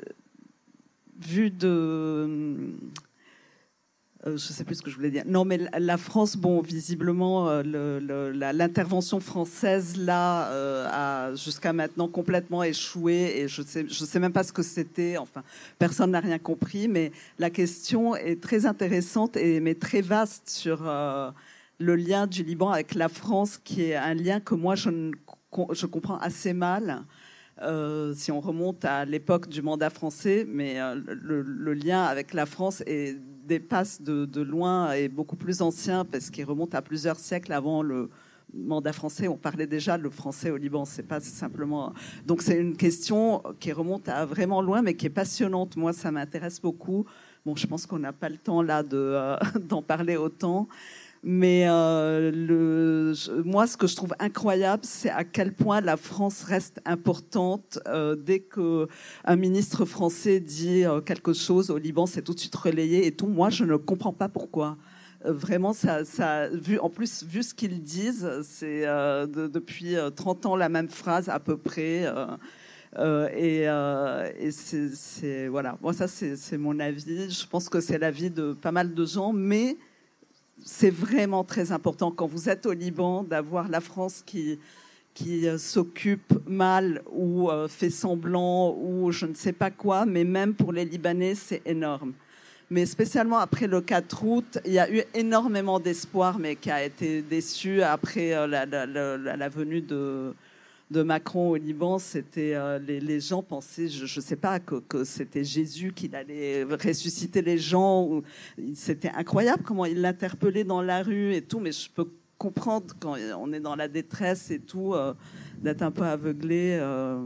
vu de... Euh, je ne sais plus ce que je voulais dire. Non, mais la France, bon, visiblement, euh, le, le, la, l'intervention française, là, euh, a jusqu'à maintenant complètement échoué. Et je ne sais, je sais même pas ce que c'était. Enfin, personne n'a rien compris. Mais la question est très intéressante, et, mais très vaste sur euh, le lien du Liban avec la France, qui est un lien que moi, je, ne, je comprends assez mal. Euh, si on remonte à l'époque du mandat français, mais euh, le, le lien avec la France est, dépasse de, de loin, est beaucoup plus ancien, parce qu'il remonte à plusieurs siècles avant le mandat français. On parlait déjà le français au Liban, c'est pas simplement... Donc c'est une question qui remonte à vraiment loin, mais qui est passionnante. Moi, ça m'intéresse beaucoup. Bon, je pense qu'on n'a pas le temps là de, euh, d'en parler autant. Mais euh, le, moi, ce que je trouve incroyable, c'est à quel point la France reste importante. Euh, dès qu'un ministre français dit euh, quelque chose au Liban, c'est tout de suite relayé et tout. Moi, je ne comprends pas pourquoi. Euh, vraiment, ça, ça, vu, en plus, vu ce qu'ils disent, c'est euh, de, depuis trente ans la même phrase à peu près. Euh, euh, et euh, et c'est, c'est, voilà. Moi, ça, c'est, c'est mon avis. Je pense que c'est l'avis de pas mal de gens, mais... c'est vraiment très important quand vous êtes au Liban d'avoir la France qui, qui euh, s'occupe mal ou euh, fait semblant ou je ne sais pas quoi, mais même pour les Libanais, c'est énorme. Mais spécialement après le quatre août, il y a eu énormément d'espoir, mais qui a été déçu après euh, la, la, la, la venue de... de Macron au Liban. C'était euh, les, les gens pensaient, je ne sais pas, que, que c'était Jésus, qu'il allait ressusciter les gens. Ou, c'était incroyable comment il l'interpellait dans la rue et tout. Mais je peux comprendre quand on est dans la détresse et tout, euh, d'être un peu aveuglé. Euh,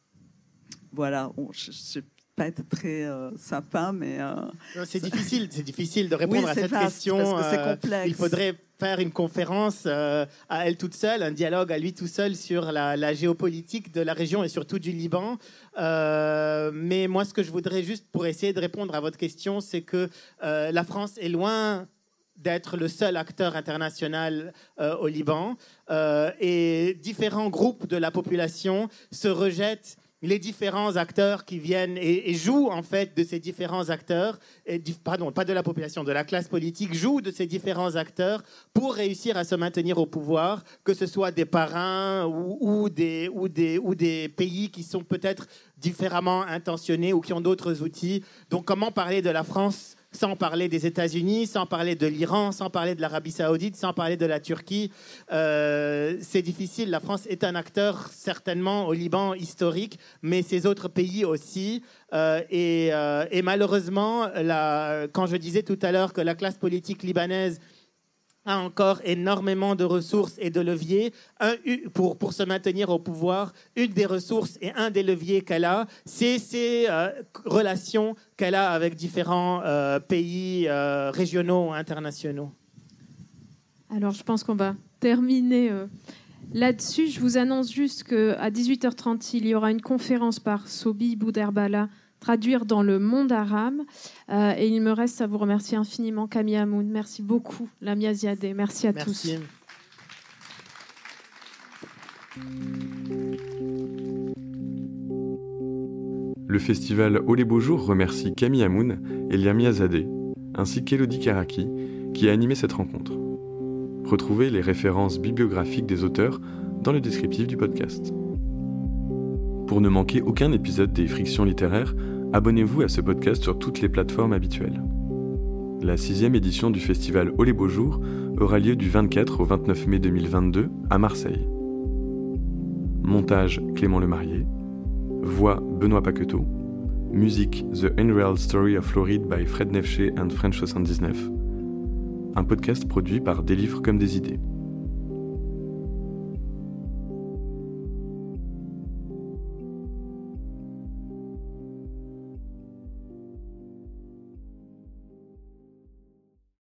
voilà, bon, je ne sais pas être très euh, sympa, mais euh, non, c'est difficile, c'est difficile de répondre oui, à cette vaste, question. Parce que c'est euh, complexe. Il faudrait faire une conférence euh, à elle toute seule, un dialogue à lui tout seul sur la, la géopolitique de la région et surtout du Liban. Euh, mais moi, ce que je voudrais juste pour essayer de répondre à votre question, c'est que euh, la France est loin d'être le seul acteur international euh, au Liban, euh, et différents groupes de la population se rejettent les différents acteurs qui viennent et, et jouent en fait de ces différents acteurs, et, pardon, pas de la population, de la classe politique, jouent de ces différents acteurs pour réussir à se maintenir au pouvoir, que ce soit des parrains ou, ou, des, ou, des, ou des pays qui sont peut-être différemment intentionnés ou qui ont d'autres outils. Donc comment parler de la France sans parler des États-Unis, sans parler de l'Iran, sans parler de l'Arabie Saoudite, sans parler de la Turquie. Euh, c'est difficile. La France est un acteur certainement au Liban historique, mais ces autres pays aussi. Euh, et, euh, et malheureusement, la, quand je disais tout à l'heure que la classe politique libanaise a encore énormément de ressources et de leviers un, pour, pour se maintenir au pouvoir. Une des ressources et un des leviers qu'elle a, c'est ces euh, relations qu'elle a avec différents euh, pays euh, régionaux ou internationaux. Alors, je pense qu'on va terminer euh, là-dessus. Je vous annonce juste qu'à dix-huit heures trente, il y aura une conférence par Sobi Bouderbala, traduire dans le monde arabe. Euh, et il me reste à vous remercier infiniment, Camille Hamoun. Merci beaucoup, Lamia Ziadeh. Merci à Merci. tous. Le festival Oh les beaux jours remercie Camille Hamoun et Lamia Ziadeh, ainsi qu'Elodie Karaki, qui a animé cette rencontre. Retrouvez les références bibliographiques des auteurs dans le descriptif du podcast. Pour ne manquer aucun épisode des Frictions littéraires, abonnez-vous à ce podcast sur toutes les plateformes habituelles. La sixième édition du festival Oh les beaux jours aura lieu du vingt-quatre au vingt-neuf mai deux mille vingt-deux à Marseille. Montage Clément Lemarié. Voix Benoît Paqueteau. Musique The Unreal Story of Floride by Fred Nefché and French soixante-dix-neuf. Un podcast produit par Des livres comme des idées.